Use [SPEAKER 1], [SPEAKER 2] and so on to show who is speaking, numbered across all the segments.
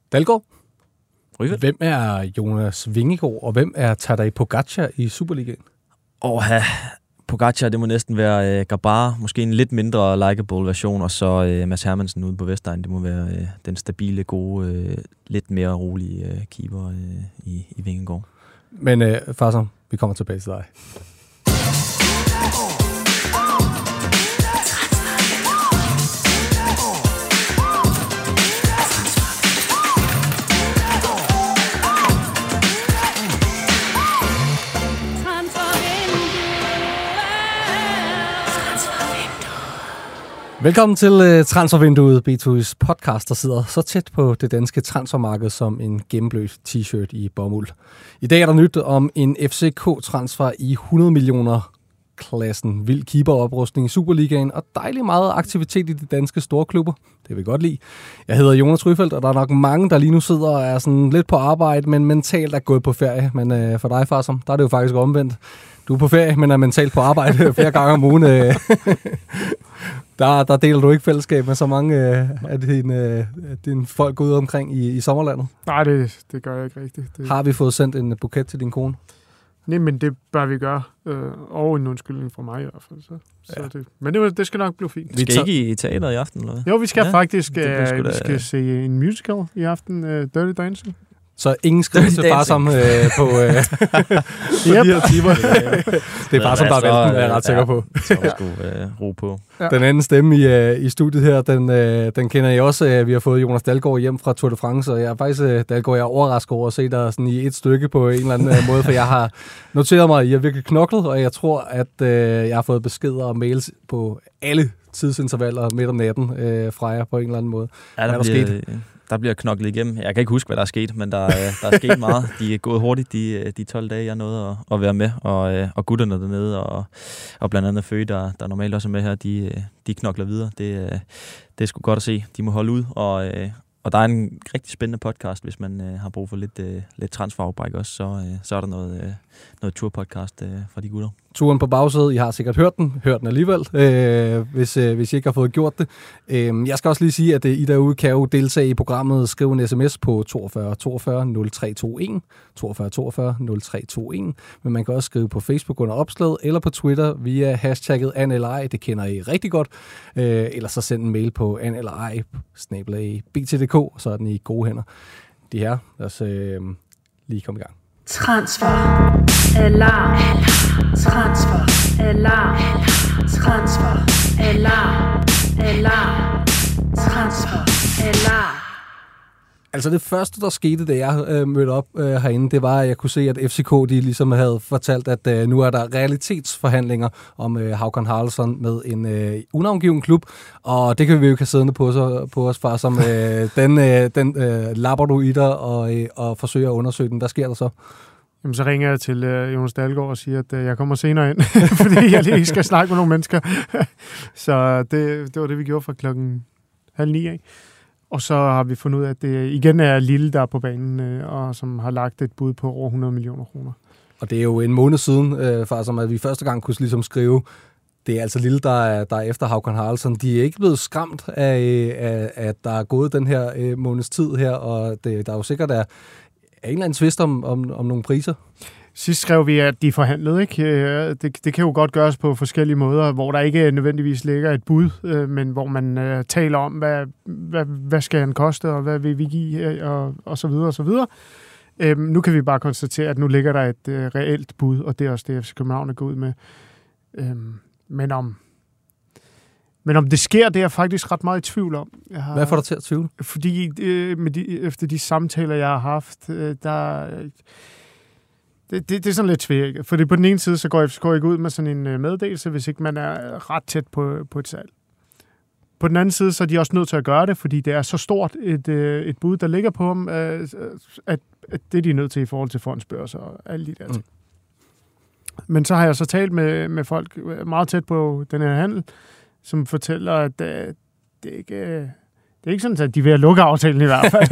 [SPEAKER 1] Dalgaard.
[SPEAKER 2] Ryfeldt.
[SPEAKER 1] Hvem er Jonas Vingegaard, og hvem er Tadej Pogačar i Superligaen?
[SPEAKER 2] Pogačar, det må næsten være Gabar, måske en lidt mindre likeable version, og så Mads Hermansen ude på Vestegn. Det må være den stabile, gode, lidt mere rolige keeper i Vingegaard.
[SPEAKER 1] Men Farsam, vi kommer tilbage til dig. Velkommen til Transfervinduet, B2's podcast, der sidder så tæt på det danske transfermarked som en gennemblødt t-shirt i bomuld. I dag er der nyt om en FCK-transfer i 100 millioner klassen. Vild keeperoprustning i Superligaen og dejlig meget aktivitet i de danske storklubber. Det vil vi godt lide. Jeg hedder Jonas Ryfeldt, og der er nok mange, der lige nu sidder og er sådan lidt på arbejde, men mentalt er gået på ferie. Men for dig, Farsam, der er det jo faktisk omvendt. Du er på ferie, men er mentalt på arbejde flere gange om ugen. Der deler du ikke fællesskab med så mange af dine folk ude omkring i sommerlandet?
[SPEAKER 3] Nej, det gør jeg ikke rigtigt.
[SPEAKER 1] Har vi fået sendt en buket til din kone?
[SPEAKER 3] Nej, men det bør vi gøre. Og en undskyldning fra mig i hvert fald. Så det, men det skal nok blive fint.
[SPEAKER 2] Vi skal ikke i teateret i aften, eller hvad?
[SPEAKER 3] Jo, vi skal faktisk
[SPEAKER 2] vi
[SPEAKER 3] skal se en musical i aften, Dirty Dancing.
[SPEAKER 1] Så ingen skriver til Farsam på de her timer. Det er Farsam, der er vælten, jeg er ret sikker på.
[SPEAKER 2] Så skulle ro på.
[SPEAKER 1] Ja. Den anden stemme i studiet her, den kender jeg også. Vi har fået Jonas Dalgaard hjem fra Tour de France, og jeg er faktisk, Dalgaard, jeg er overrasket over at se dig sådan i et stykke på en eller anden måde, for jeg har noteret mig, at I har virkelig knoklet, og jeg tror, at jeg har fået beskeder og mails på alle tidsintervaller midt om natten fra jer på en eller anden måde.
[SPEAKER 2] Ja, der bliver knoklet igennem. Jeg kan ikke huske, hvad der er sket, men der er sket meget. De er gået hurtigt, de 12 dage, jeg nåede at være med. Og gutterne dernede, og blandt andet Føge, der normalt også er med her, de knokler videre. Det er sgu godt at se. De må holde ud, og der er en rigtig spændende podcast, hvis man har brug for lidt transferafbræk også. Så er der noget turpodcast fra de gutter.
[SPEAKER 1] Turen på bagsædet, I har sikkert hørt den alligevel, hvis I ikke har fået gjort det. Jeg skal også lige sige, at I derude kan jo deltage i programmet. Skriv en sms på 42 42 0321, 42 42 0321, men man kan også skrive på Facebook under opslaget, eller på Twitter via hashtagget #AnElleEj, det kender I rigtig godt. Eller så send en mail på anelleej@bt.dk, så er den i gode hænder. De her, lad os lige komme i gang.
[SPEAKER 4] Transfer alarm. Transfer alarm. Transfer alarm. Alarm. Transfer alarm.
[SPEAKER 1] Altså det første, der skete, da jeg mødte op herinde, det var, at jeg kunne se, at FCK de ligesom havde fortalt, at nu er der realitetsforhandlinger om Håkan Haraldsson med en unavngiven klub, og det kan vi jo ikke have siddende på os, far, som den lapper du i dig og forsøger at undersøge den. Hvad sker der så?
[SPEAKER 3] Jamen, så ringer jeg til Jonas Dalgaard og siger, at jeg kommer senere ind, fordi jeg lige skal snakke med nogle mennesker. Så det var det, vi gjorde fra 8:30 af. Og så har vi fundet ud af, at det igen er Lille, der er på banen, og som har lagt et bud på over 100 millioner kroner. Og
[SPEAKER 1] det er jo en måned siden, far, som at vi første gang kunne ligesom skrive, det er altså Lille, der er efter Håkan Haraldsson. De er ikke blevet skræmt af, at der er gået den her måneds tid her, og der er jo sikkert en eller anden tvist om nogle priser.
[SPEAKER 3] Sidst skrev vi, at de forhandlede, ikke? Det kan jo godt gøres på forskellige måder, hvor der ikke nødvendigvis ligger et bud, men hvor man taler om, hvad skal han koste, og hvad vil vi give, og så videre, og så videre. Nu kan vi bare konstatere, at nu ligger der et reelt bud, og det er også det, FC København er gået ud med. Men om det sker, det er jeg faktisk ret meget i tvivl om.
[SPEAKER 1] Hvad får dig til at tvivle?
[SPEAKER 3] Fordi efter de samtaler, jeg har haft, Det er sådan lidt svært, fordi på den ene side, så går FCK ikke ud med sådan en meddelelse, hvis ikke man er ret tæt på et salg. På den anden side, så er de også nødt til at gøre det, fordi det er så stort et bud, der ligger på dem, at det de er nødt til i forhold til fondsbørser og alle de der ting. Men så har jeg så talt med folk meget tæt på den her handel, som fortæller, at det ikke... Det er ikke sådan, at de er ved at lukke aftalen i hvert fald.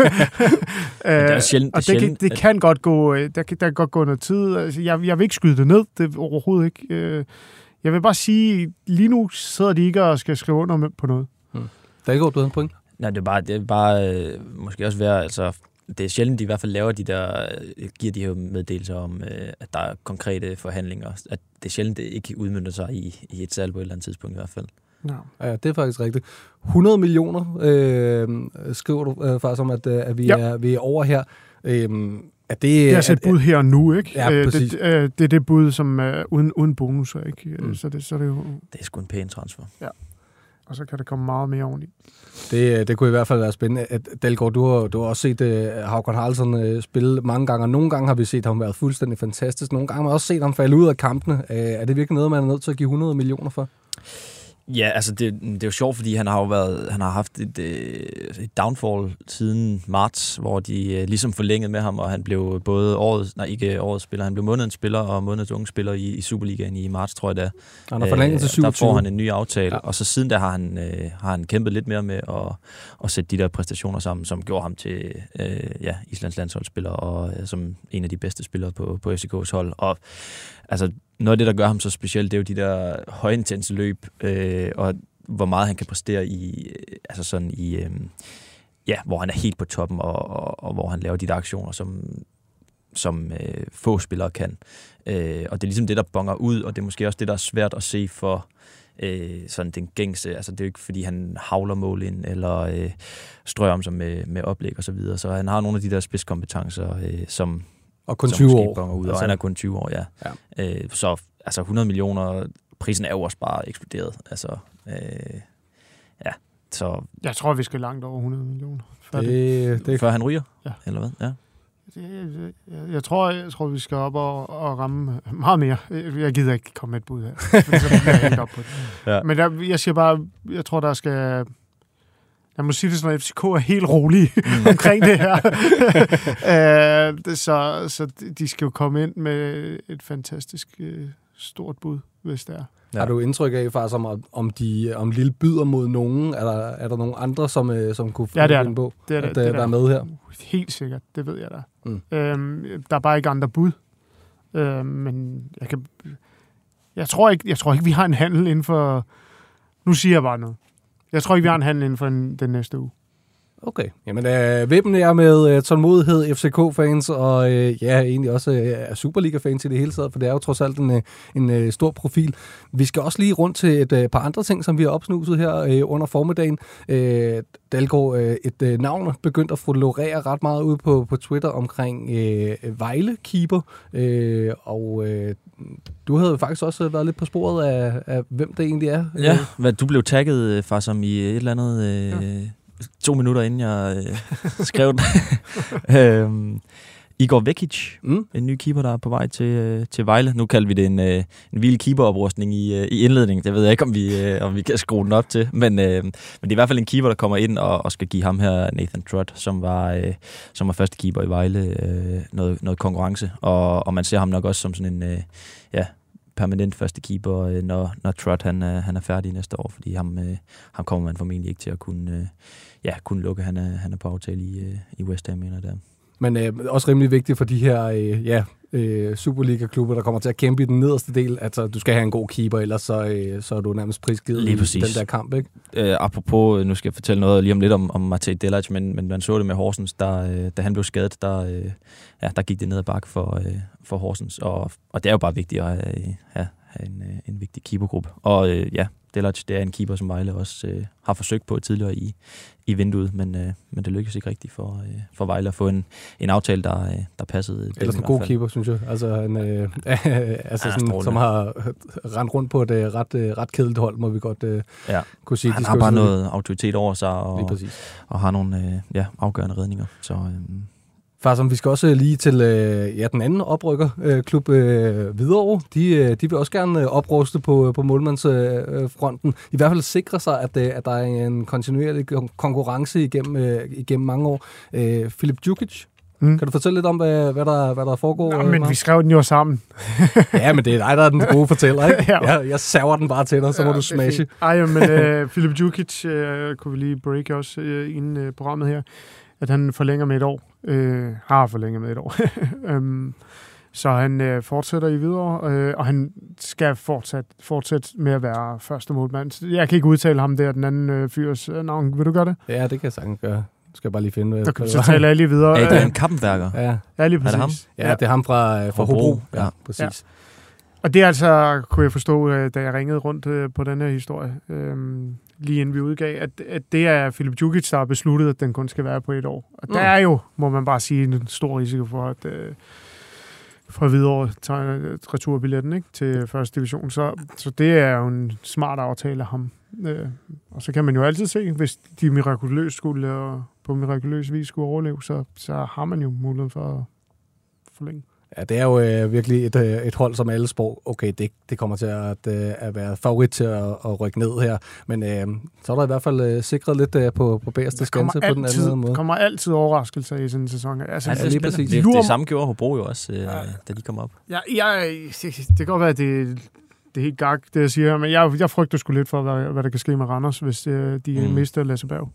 [SPEAKER 3] Det kan godt gå, der kan godt gå noget tid. Altså, jeg vil ikke skyde det ned, det overhovedet ikke. Jeg vil bare sige, lige nu sidder de ikke og skal skrive under på noget.
[SPEAKER 1] Der er ikke du havde en point?
[SPEAKER 2] Nej, det er bare måske også være, altså, det er sjældent, de i hvert fald laver giver de her meddelelser om, at der er konkrete forhandlinger. At det er sjældent, det ikke udmønter sig i et salg på et eller andet tidspunkt i hvert fald.
[SPEAKER 1] Ja, det er faktisk rigtigt. 100 millioner skriver du faktisk om, at vi er over her.
[SPEAKER 3] Det er altså et bud her og nu, ikke?
[SPEAKER 1] Ja, præcis.
[SPEAKER 3] Det er det bud, som er uden bonusser, ikke? Så det er jo...
[SPEAKER 2] Det er sgu en pæn transfer.
[SPEAKER 3] Ja. Og så kan der komme meget mere oveni.
[SPEAKER 1] Det kunne i hvert fald være spændende. Dalgaard, du har også set Håkon Haraldsson spille mange gange, og nogle gange har vi set ham være fuldstændig fantastisk. Nogle gange har vi også set ham falde ud af kampene. Er det virkelig noget, man er nødt til at give 100 millioner for?
[SPEAKER 2] Ja, altså det er jo sjovt, fordi han har haft et downfall siden marts, hvor de ligesom forlængede med ham, og han blev både årets spiller, han blev månedens spiller og månedens unge spiller i Superligaen i marts, tror jeg det er.
[SPEAKER 1] Han har forlænget til 27.
[SPEAKER 2] Der får han en ny aftale, og så siden der har han kæmpet lidt mere med at sætte de der præstationer sammen, som gjorde ham til Islands landsholdsspiller og som en af de bedste spillere på FCK's hold. Og altså noget af det, der gør ham så specielt, det er jo de der højintense løb, og hvor meget han kan præstere hvor han er helt på toppen, og hvor han laver de der aktioner, som få spillere kan. Og det er ligesom det, der bonger ud, og det er måske også det, der er svært at se for sådan den gængse. Altså det er jo ikke, fordi han havler mål ind, eller strøger om sig med oplæg og så videre. Så han har nogle af de der spidskompetencer, som
[SPEAKER 1] og kun 20 år.
[SPEAKER 2] Ud, og han er kun 20 år, ja. Så altså 100 millioner, prisen er jo også bare eksploderet. Altså, så...
[SPEAKER 3] Jeg tror, vi skal langt over 100 millioner.
[SPEAKER 2] Før han ryger? Ja. Eller hvad? Ja.
[SPEAKER 3] Jeg tror, vi skal op og ramme meget mere. Jeg gider ikke komme med et bud her. Så bliver jeg helt op på det. Ja. Men jeg siger bare, jeg tror, der skal... Jeg må sige det sådan, at FCK er helt rolige omkring det her. Så de skal jo komme ind med et fantastisk stort bud, hvis det er.
[SPEAKER 1] Ja. Har du indtryk af, faktisk, om Lille byder mod nogen? Er der nogen andre, som kunne få ind på at være med her?
[SPEAKER 3] Helt sikkert, det ved jeg da. Der er bare ikke andre bud. Men jeg tror ikke, vi har en handel inden for... Nu siger jeg bare noget. Jeg tror ikke, vi har en handel inden for den næste uge.
[SPEAKER 1] Okay. Jamen, vippen er med tålmodighed, FCK-fans, og egentlig også Superliga-fans i det hele taget, for det er jo trods alt en stor profil. Vi skal også lige rundt til et par andre ting, som vi har opsnuset her under formiddagen. Dalgaard, et navn begyndt at florere ret meget ud på Twitter omkring Vejle-keeper, og du havde faktisk også været lidt på sporet af hvem det egentlig er.
[SPEAKER 2] Ja, du blev tagget faktisk som i et eller andet... 2 minutter inden jeg skrev den. Igor Vekic, en ny keeper, der er på vej til Vejle. Nu kalder vi det en vild keeperoprustning i indledningen. Det ved jeg ikke, om vi kan skrue den op til. Men det er i hvert fald en keeper, der kommer ind og skal give ham her, Nathan Trott, som var første keeper i Vejle, noget konkurrence. Og man ser ham nok også som sådan en... permanent første keeper, når Trott han er færdig næste år, fordi ham kommer man formentlig ikke til at kunne lukke. Han er på aftale i West Ham, mener der.
[SPEAKER 1] Men også rimelig vigtigt for de her Superliga-klubber, der kommer til at kæmpe i den nederste del. Altså, du skal have en god keeper, ellers så er du nærmest prisgivet i den der kamp, ikke?
[SPEAKER 2] Apropos, nu skal jeg fortælle noget lige om lidt om Matej Delic, men man så det med Horsens, da han blev skadet, der gik det ned ad bakke for Horsens, og det er jo bare vigtigt at have en vigtig keepergruppe. Og Delic, det er en keeper, som Vejle også har forsøgt på tidligere i vinduet, men det lykkedes ikke rigtigt for Vejle at få en aftale, der passede.
[SPEAKER 1] Eller sådan en god keeper, synes jeg. Altså, som har rendt rundt på et ret kedeligt hold, må vi godt kunne sige.
[SPEAKER 2] Han har bare noget autoritet over sig, og har nogle afgørende redninger. Så...
[SPEAKER 1] Farsom, vi skal også lige til den anden oprykkerklub Hvidovre. De vil også gerne opruste på målmandsfronten. I hvert fald sikre sig, at der er en kontinuerlig konkurrence igennem mange år. Filip Djukic, kan du fortælle lidt om, hvad der foregår?
[SPEAKER 3] Nå, men vi skrev den jo sammen.
[SPEAKER 1] Ja, men det er dig, der er den gode fortæller, ikke? Jeg server den bare til dig, så må du smashe.
[SPEAKER 3] Men Filip Djukic kunne vi lige break også inden programmet her, at han forlænger med et år. Har forlænget med et år. Så han fortsætter i Hvidovre, og han skal fortsætte med at være første målmand. Jeg kan ikke udtale ham der, den anden fyrs navn. Vil du gøre det?
[SPEAKER 1] Ja, det kan jeg sagtens gøre. Skal jeg bare lige finde...
[SPEAKER 3] Der kan vi så tale lige videre.
[SPEAKER 2] Ja, det er en Kappenberger.
[SPEAKER 3] Ja, lige præcis.
[SPEAKER 2] Er det ham?
[SPEAKER 1] Ja, det er ham fra Hobro. Ja, præcis. Ja.
[SPEAKER 3] Og det er altså, kunne jeg forstå, da jeg ringede rundt på den her historie, lige inden vi udgav, at det er Filip Djukic, der har besluttet, at den kun skal være på 1 år. Og der er jo, må man bare sige, en stor risiko for, at fra Hvidovre tager returbilletten, ikke, til første division. Så det er jo en smart aftale af ham. Og så kan man jo altid se, hvis de mirakuløst på mirakuløs vis skulle overleve, så har man jo muligheden for at forlænge.
[SPEAKER 1] Ja, det er jo virkelig et hold, som alle spår, okay, det kommer til at være favorit til at rykke ned her. Men så er der i hvert fald sikret lidt på bagerste skanse på den anden måde. Der kommer
[SPEAKER 3] altid overraskelser i sådan en sæson. Altså,
[SPEAKER 1] ja, lige præcis.
[SPEAKER 2] Det samme gjorde Hobro jo også, da de kom op.
[SPEAKER 3] Ja, det kan godt være, at det er helt gak, det jeg siger, men jeg frygter sgu lidt for, hvad der kan ske med Randers, hvis de mister Lasse Berg.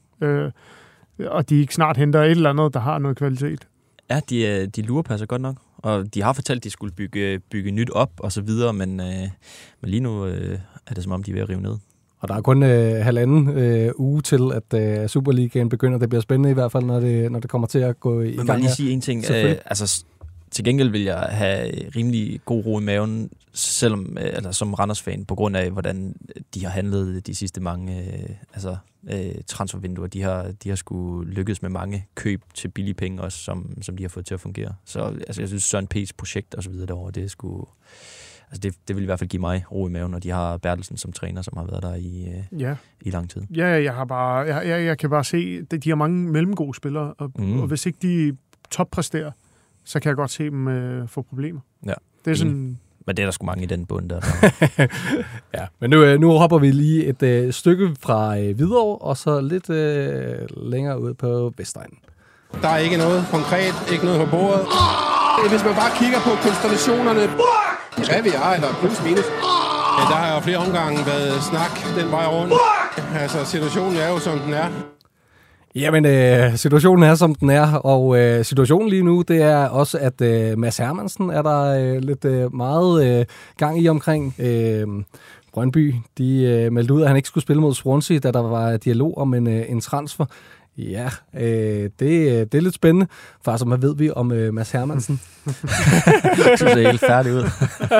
[SPEAKER 3] Og de ikke snart henter et eller andet, der har noget kvalitet.
[SPEAKER 2] Ja, de lurepasser godt nok. Og de har fortalt, at de skulle bygge nyt op og så videre, men lige nu er det som om, de er ved at rive ned.
[SPEAKER 1] Og der er kun halvanden uge til, at Superligaen begynder. Det bliver spændende i hvert fald, når det kommer til at gå i gang.
[SPEAKER 2] Men må jeg lige sige en ting? Til gengæld vil jeg have rimelig god ro i maven, selvom, som Randers-fan, på grund af, hvordan de har handlet de sidste mange transfervinduer. De har sgu lykkedes med mange køb til billige penge også, som de har fået til at fungere. Så jeg synes, Søren P's projekt og så videre derovre, det er sgu... Altså det vil i hvert fald give mig ro i maven, når de har Bertelsen som træner, som har været der i lang tid.
[SPEAKER 3] Ja, jeg kan bare se, at de har mange mellemgode spillere, og hvis ikke de toppræsterer, så kan jeg godt se dem få problemer.
[SPEAKER 2] Ja.
[SPEAKER 3] Det er sådan...
[SPEAKER 2] Men det er der sgu mange i den bund der.
[SPEAKER 1] Ja, men nu hopper vi lige et stykke fra Hvidovre, og så lidt længere ud på Vestegnen.
[SPEAKER 5] Der er ikke noget konkret, ikke noget på bordet. Hvis man bare kigger på konstellationerne, hvad vi er, eller plus minus. Ja, der har jo flere omgange været snak den vej rundt. Altså, situationen er jo, som den er.
[SPEAKER 1] Jamen, situationen er, som den er, og situationen lige nu, det er også, at Mads Hermansen er der lidt meget gang i omkring. Brøndby, de meldte ud, at han ikke skulle spille mod Swansea, da der var dialog om en transfer. Ja, det er lidt spændende. Faktisk, hvad ved vi om Mads Hermansen?
[SPEAKER 2] Jeg synes, det er helt færdigt ud.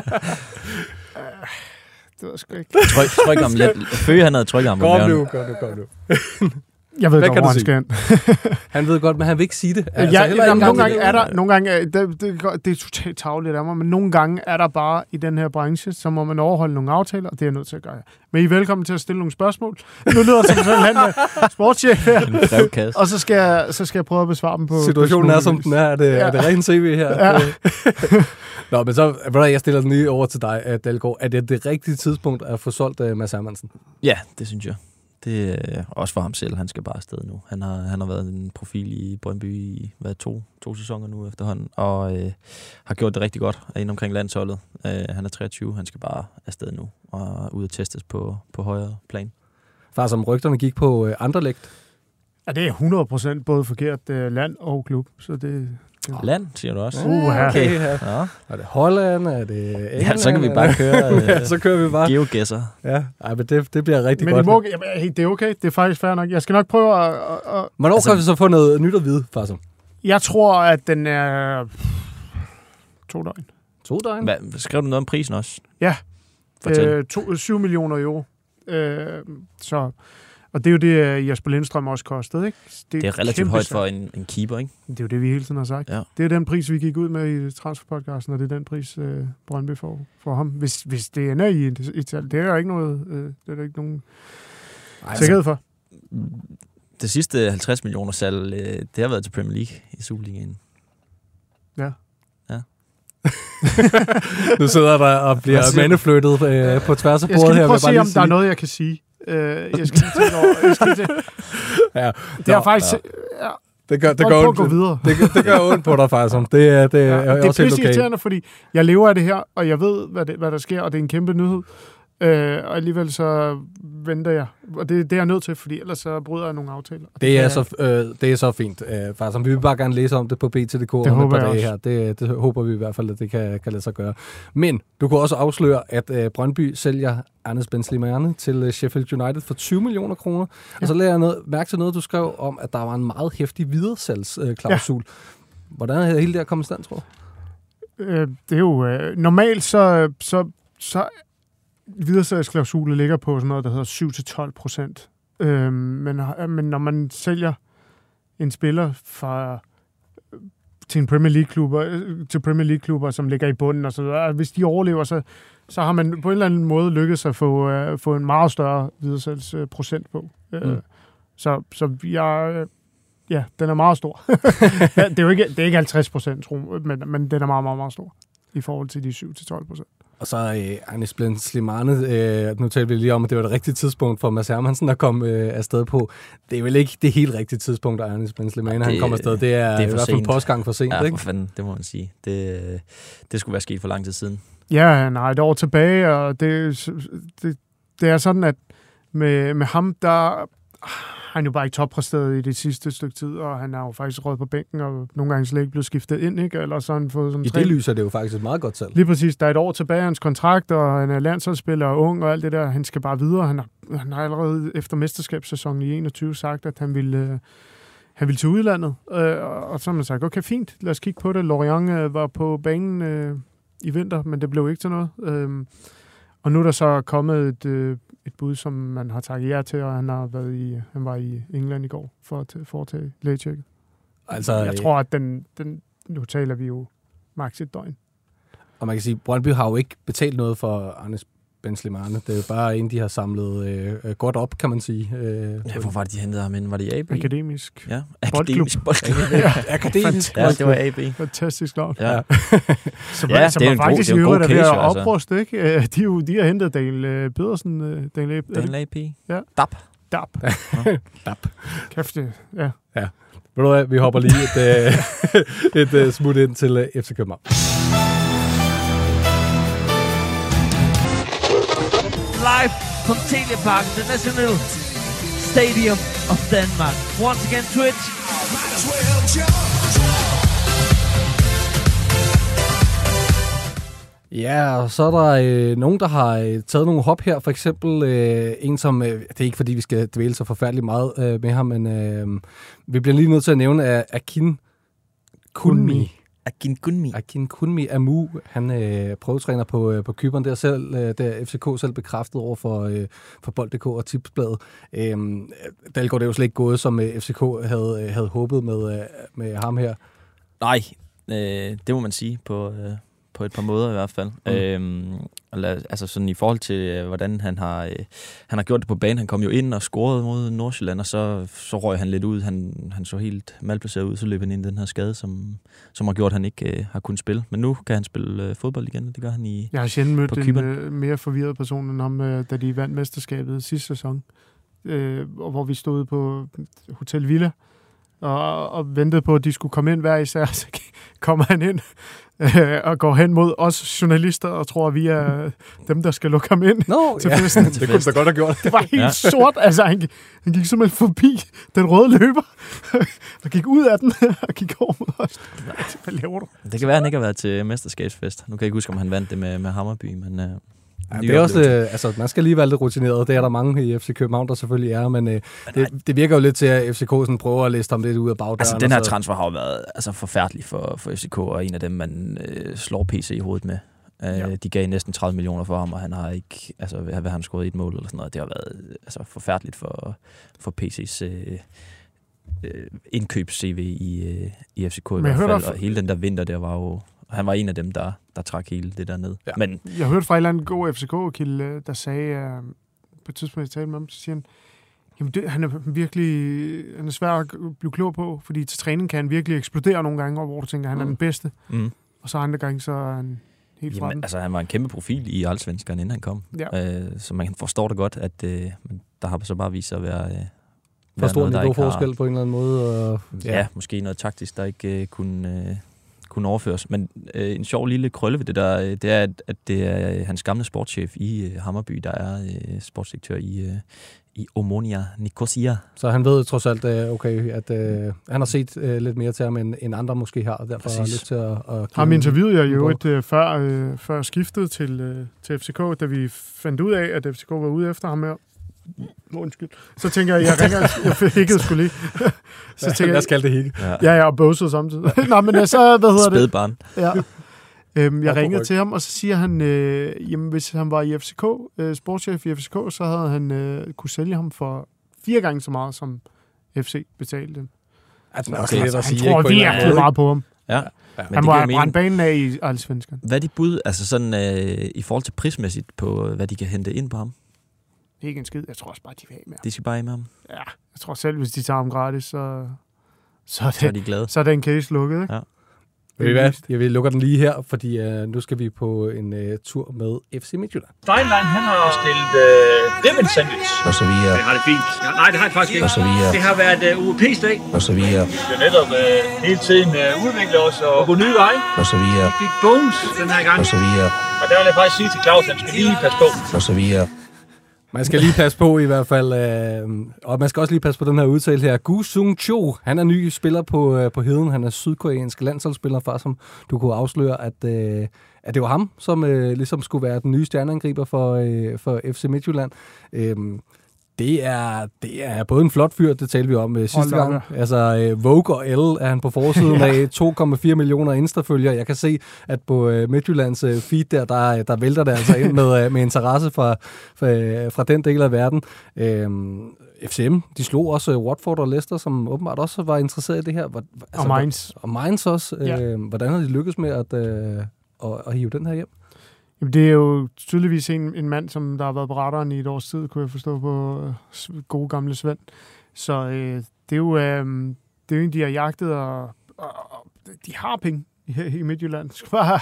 [SPEAKER 3] Det var sgu ikke.
[SPEAKER 2] Tryk ham lidt. Føge, han havde trykket ham.
[SPEAKER 1] Kom nu.
[SPEAKER 3] Jeg ved godt, hvor han skal.
[SPEAKER 1] Han ved godt, men han vil ikke sige det.
[SPEAKER 3] Altså, nogle gange det er totalt tarveligt af mig, men nogle gange er der bare i den her branche, så må man overholde nogle aftaler, og det er jeg nødt til at gøre. Men I er velkommen til at stille nogle spørgsmål. Nu lyder det som sådan en sportschef her. Og så skal jeg prøve at besvare dem på...
[SPEAKER 1] Situationen er, som den er. Er det rent CV her? Ja. Nå, men så jeg stiller den lige over til dig, Dalgaard. Er det rigtige tidspunkt at få solgt Mads Hermansen?
[SPEAKER 2] Ja, det synes jeg. Det er også for ham selv. Han skal bare afsted nu. Han har været en profil i Brøndby i to sæsoner nu efterhånden, og har gjort det rigtig godt inde omkring landsholdet. Han er 23. Han skal bare afsted nu og ud og testes på højere plan.
[SPEAKER 1] Far, som rygterne gik på Anderlecht.
[SPEAKER 3] Ja, det er 100% både forkert land og klub, så det...
[SPEAKER 2] Land, siger du også?
[SPEAKER 1] Okay. Ja. Er det Holland? Er det England?
[SPEAKER 2] Ja, så kan vi bare køre.
[SPEAKER 1] Så kører vi bare.
[SPEAKER 2] Geogæsser.
[SPEAKER 1] Ja, men det bliver rigtig
[SPEAKER 3] godt.
[SPEAKER 1] Men
[SPEAKER 3] det er okay. Det er faktisk fair nok. Jeg skal nok prøve at...
[SPEAKER 1] Hvornår kan vi så få noget nyt at vide, Farsom?
[SPEAKER 3] Jeg tror, at den er 2 døgn.
[SPEAKER 1] 2 døgn?
[SPEAKER 2] Skrev du noget om prisen også?
[SPEAKER 3] Ja. 7 millioner euro. Så... Og det er jo det, Jesper Lindstrøm også kostede, ikke?
[SPEAKER 2] Det er relativt højt for en keeper, ikke?
[SPEAKER 3] Det er jo det, vi hele tiden har sagt. Ja. Det er den pris, vi gik ud med i transferpodcasten, og det er den pris, Brøndby får for ham. Hvis det ender i et tal, det er jo ikke noget, det er der ikke nogen sikkerhed for.
[SPEAKER 2] Det sidste 50 millioner salg, det har været til Premier League i Superligaen.
[SPEAKER 3] Ja.
[SPEAKER 1] Nu sidder der og bliver mandeflyttet på tværs af bordet her.
[SPEAKER 3] Jeg skal prøve at se, om der er noget, jeg kan sige. Jeg skal tænke over.
[SPEAKER 1] Ja.
[SPEAKER 3] Det er faktisk... Ja.
[SPEAKER 1] Det gør ondt.
[SPEAKER 3] Gå videre.
[SPEAKER 1] Det gør ondt på dig, faktisk. Det er også helt okay.
[SPEAKER 3] Det er fordi jeg lever af det her, og jeg ved, hvad der sker, og det er en kæmpe nyhed. Og alligevel så venter jeg. Og det er jeg nødt til, fordi ellers så bryder jeg nogle aftaler.
[SPEAKER 1] Det er så fint. Faktisk, vi vil bare gerne læse om det på BT.dk om et par dage her. Det håber vi i hvert fald, at det kan lade sig gøre. Men du kunne også afsløre, at Brøndby sælger Anis Ben Slimane til Sheffield United for 20 millioner kroner. Ja. Og så lader jeg mærke til noget, du skrev om, at der var en meget heftig videresalgsklausul. Ja. Hvordan er hele det her kommet i stand, tror du?
[SPEAKER 3] Det er jo normalt, så videresalgsklausulet ligger på sådan noget, der hedder 7-12%. Men når man sælger en spiller til en Premier League-klubber, som ligger i bunden, og så hvis de overlever, så har man på en eller anden måde lykkedes at få en meget større videresalgsprocent på. Så jeg... Ja, den er meget stor. det er ikke 50%, men den er meget, meget, meget stor i forhold til de 7-12%.
[SPEAKER 1] Og så Anis Ben Slimane, nu talte vi lige om, at det var det rigtige tidspunkt for Mads Hermansen at komme afsted på. Det er vel ikke det helt rigtige tidspunkt, at Anis Ben Slimane han kommer afsted. Det er i hvert fald en postgang for sent,
[SPEAKER 2] ja,
[SPEAKER 1] ikke?
[SPEAKER 2] For fanden, det må man sige. Det skulle være sket for lang tid siden.
[SPEAKER 3] Ja, nej, et år tilbage, og det er sådan, at med ham, der... Han er jo bare ikke toppræsteret i det sidste stykke tid, og han er jo faktisk røget på bænken, og nogle gange slet ikke blevet skiftet ind, ikke? Eller så han fået sådan
[SPEAKER 1] i det lys er det jo faktisk et meget godt salg.
[SPEAKER 3] Lige præcis. Der er et år tilbage af hans kontrakt, og han er landsholdsspiller og ung og alt det der. Han skal bare videre. Han har allerede efter mesterskabssæsonen i 21 sagt, at han ville til udlandet. Og så har man sagt, okay, fint, lad os kigge på det. Lorient var på banen i vinter, men det blev ikke til noget. Og nu er der så kommet et bud, som man har takket ja til, og han var i England i går for at foretage lægetjekket.
[SPEAKER 1] Altså,
[SPEAKER 3] jeg tror, at den nu taler vi jo maks et døgn.
[SPEAKER 1] Og man kan sige, Brøndby har jo ikke betalt noget for Anis Ben Slimane. Det er jo bare en, de har samlet godt op, kan man sige.
[SPEAKER 2] Hvor var det, de hentede ham ind? Var det i AB?
[SPEAKER 3] Akademisk.
[SPEAKER 2] Ja, akademisk boldklub.
[SPEAKER 1] Akademisk.
[SPEAKER 2] Ja, det var AB.
[SPEAKER 3] Fantastisk navn.
[SPEAKER 2] Ja.
[SPEAKER 3] Som faktisk i øvrigt er ved at opruste, ikke? De har hentet Daniel Pedersen.
[SPEAKER 2] Daniel AP?
[SPEAKER 3] Ja.
[SPEAKER 2] DAP.
[SPEAKER 1] DAP.
[SPEAKER 3] Kæft, ja.
[SPEAKER 1] Ja. Ved du hvad, vi hopper lige et smut ind til FC København.
[SPEAKER 6] Live from Telepark, the National Stadium of Denmark. Once again, Twitch.
[SPEAKER 1] Ja, og så er der nogen, der har taget nogle hop her. For eksempel en, som... det er ikke, fordi vi skal dvæle så forfærdeligt meget med ham, men vi bliver lige nødt til at nævne Akin Kunmi. Akin Kunmi Amu, han prøvetræner på Cypern, der FCK selv bekræftet over for Bold.dk og Tipsbladet. Der går det jo slet ikke gået, som FCK havde håbet med ham her.
[SPEAKER 2] Nej, det må man sige på et par måder i hvert fald. Altså sådan i forhold til, hvordan han har gjort det på banen. Han kom jo ind og scorede mod Nordsjælland, og så røg han lidt ud. Han så helt malplaceret ud, så løb han ind i den her skade, som har gjort, at han ikke har kunnet spille. Men nu kan han spille fodbold igen, og det gør han
[SPEAKER 3] Jeg har sjældent mødt en mere forvirret person end ham, da de vandt mesterskabet sidste sæson. Hvor vi stod på Hotel Villa og ventede på, at de skulle komme ind hver især. Så kommer han ind og går hen mod os journalister og tror, at vi er dem, der skal lukke ham ind til festen.
[SPEAKER 1] Det kunne da godt have gjort.
[SPEAKER 3] Det var helt sort. Altså, han gik simpelthen forbi den røde løber og gik ud af den og gik over mod os. Hvad laver du?
[SPEAKER 2] Det kan være, at han ikke har været til mesterskabsfest. Nu kan jeg ikke huske, om han vandt det med Hammarby, men...
[SPEAKER 1] Ja, det er også, man skal lige være lidt rutineret. Det er der mange i FC København, der selvfølgelig er, men det virker jo lidt til, at FCK sådan prøver at liste ham lidt ud af bagdøren.
[SPEAKER 2] Altså, den her transfer har jo været forfærdelig for FCK, og en af dem, man slår PC i hovedet med. De gav næsten 30 millioner for ham, og han har ikke, hvad han scoret i et mål eller sådan noget. Det har været forfærdeligt for PC's indkøbs-CV i FCK i hvert fald, og hele den der vinter der var jo... Han var en af dem, der trak hele det der ned.
[SPEAKER 1] Ja.
[SPEAKER 2] Men
[SPEAKER 3] jeg hørte fra en eller anden god FCK-kilde, der sagde, på et tidspunkt, jeg talte med ham, så siger han, jamen han er svær at blive klog på, fordi til træning kan han virkelig eksplodere nogle gange, hvor du tænker, han er den bedste. Og så andre gange, så er han helt fra den.
[SPEAKER 2] Altså, han var en kæmpe profil i Allsvenskan, inden han kom.
[SPEAKER 3] Ja.
[SPEAKER 2] Så man forstår det godt, at der har så bare vist sig at være...
[SPEAKER 1] For stor niveau forskel på en eller anden måde. Og,
[SPEAKER 2] ja, måske noget taktisk, der ikke kunne kunne overføres. Men en sjov lille krølle ved det der, det er, at det er hans gamle sportschef i Hammarby, der er sportsdirektør i Omonia Nicosia.
[SPEAKER 1] Så han ved trods alt, okay, at han har set lidt mere til ham, end andre måske har, og derfor har lyst til at
[SPEAKER 3] ham interviewede jeg jo før skiftet til FCK, da vi fandt ud af, at FCK var ude efter ham her. Undskyld. Så tænker jeg jeg hikkede sgu lige. Så tænker jeg,
[SPEAKER 1] hvad skal det hikke?
[SPEAKER 3] Ja, og bøvsede samtidig. Nå, men så, hvad hedder det?
[SPEAKER 2] Spædbarn.
[SPEAKER 3] Ja. Jeg ringede til ham, og så siger han, jamen hvis han var i FCK, sportschef i FCK, så havde han kunne sælge ham for 4 gange så meget, som FC betalte.
[SPEAKER 1] Altså,
[SPEAKER 3] okay, han tror virkelig meget på ham.
[SPEAKER 2] Ja.
[SPEAKER 3] Han må have brændt banen af i Allsvenskan.
[SPEAKER 2] Hvad er de bud, altså sådan i forhold til prismæssigt på, hvad de kan hente ind på ham?
[SPEAKER 3] Ikke en skid. Jeg tror også bare, de vil have med ham.
[SPEAKER 2] De skal bare af med ham?
[SPEAKER 3] Ja, jeg tror selv, hvis de tager ham gratis, så
[SPEAKER 2] er de glade.
[SPEAKER 3] Så er den case lukket, ikke?
[SPEAKER 1] Ja. Ved I hvad? Jeg lukker den lige her, fordi nu skal vi på en tur med FC Midtjylland.
[SPEAKER 7] Steinlein, han har jo stillet ribbon sandwich.
[SPEAKER 8] Og så videre.
[SPEAKER 7] Det har det fint. Ja, nej, det har det faktisk ikke.
[SPEAKER 8] Og så videre.
[SPEAKER 7] Det har været UEP's dag.
[SPEAKER 8] Og så videre.
[SPEAKER 7] Vi skal netop hele tiden udvikle os og gå nye veje.
[SPEAKER 8] Og så videre.
[SPEAKER 7] Vi fik bonus den her gang.
[SPEAKER 8] Og så videre.
[SPEAKER 7] Og der vil jeg faktisk sige til Claus, at han skal lige passe på.
[SPEAKER 8] Og så videre.
[SPEAKER 1] Man skal lige passe på i hvert fald, og man skal også lige passe på den her udtale her. Gu Sung Cho, han er ny spiller på Heden. Han er sydkoreansk landsholdsspiller, far, som du kunne afsløre, at det var ham, som ligesom skulle være den nye stjerneangriber for FC Midtjylland. Det er både en flot fyr, det talte vi om sidste gang. Altså, Vogue og L er han på forsiden af 2,4 millioner Insta-følgere. Jeg kan se, at på Midtjyllands feed der vælter det altså ind med interesse fra den del af verden. FCM, de slog også Watford og Leicester, som åbenbart også var interesseret i det her. Altså,
[SPEAKER 3] og Mainz.
[SPEAKER 1] Og Mainz også. Ja. Hvordan har de lykkes med at hive den her hjem?
[SPEAKER 3] Jamen, det er jo tydeligvis en mand, som der har været på radaren i et års tid, kunne jeg forstå på gode gamle Svend. Så det er jo en, de har jagtet, og de har penge i Midtjylland.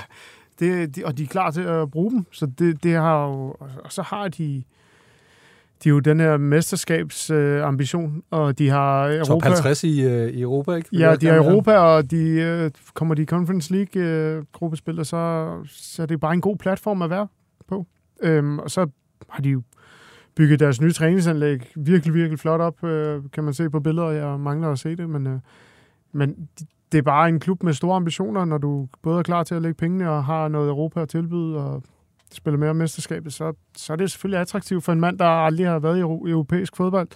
[SPEAKER 3] Og de er klar til at bruge dem. Så det har jo... Og så har de jo den her mesterskabsambition, og de har Europa.
[SPEAKER 1] Top 50 i Europa, ikke?
[SPEAKER 3] Ja, de har Europa, og kommer de i Conference League-gruppespil, og så er det bare en god platform at være på. Og så har de jo bygget deres nye træningsanlæg virkelig, virkelig flot op, kan man se på billeder. Jeg mangler at se det, men det er bare en klub med store ambitioner, når du både er klar til at lægge pengene og har noget Europa at tilbyde, og spiller mere om mesterskabet, så er det selvfølgelig attraktivt for en mand, der aldrig har været i europæisk fodbold,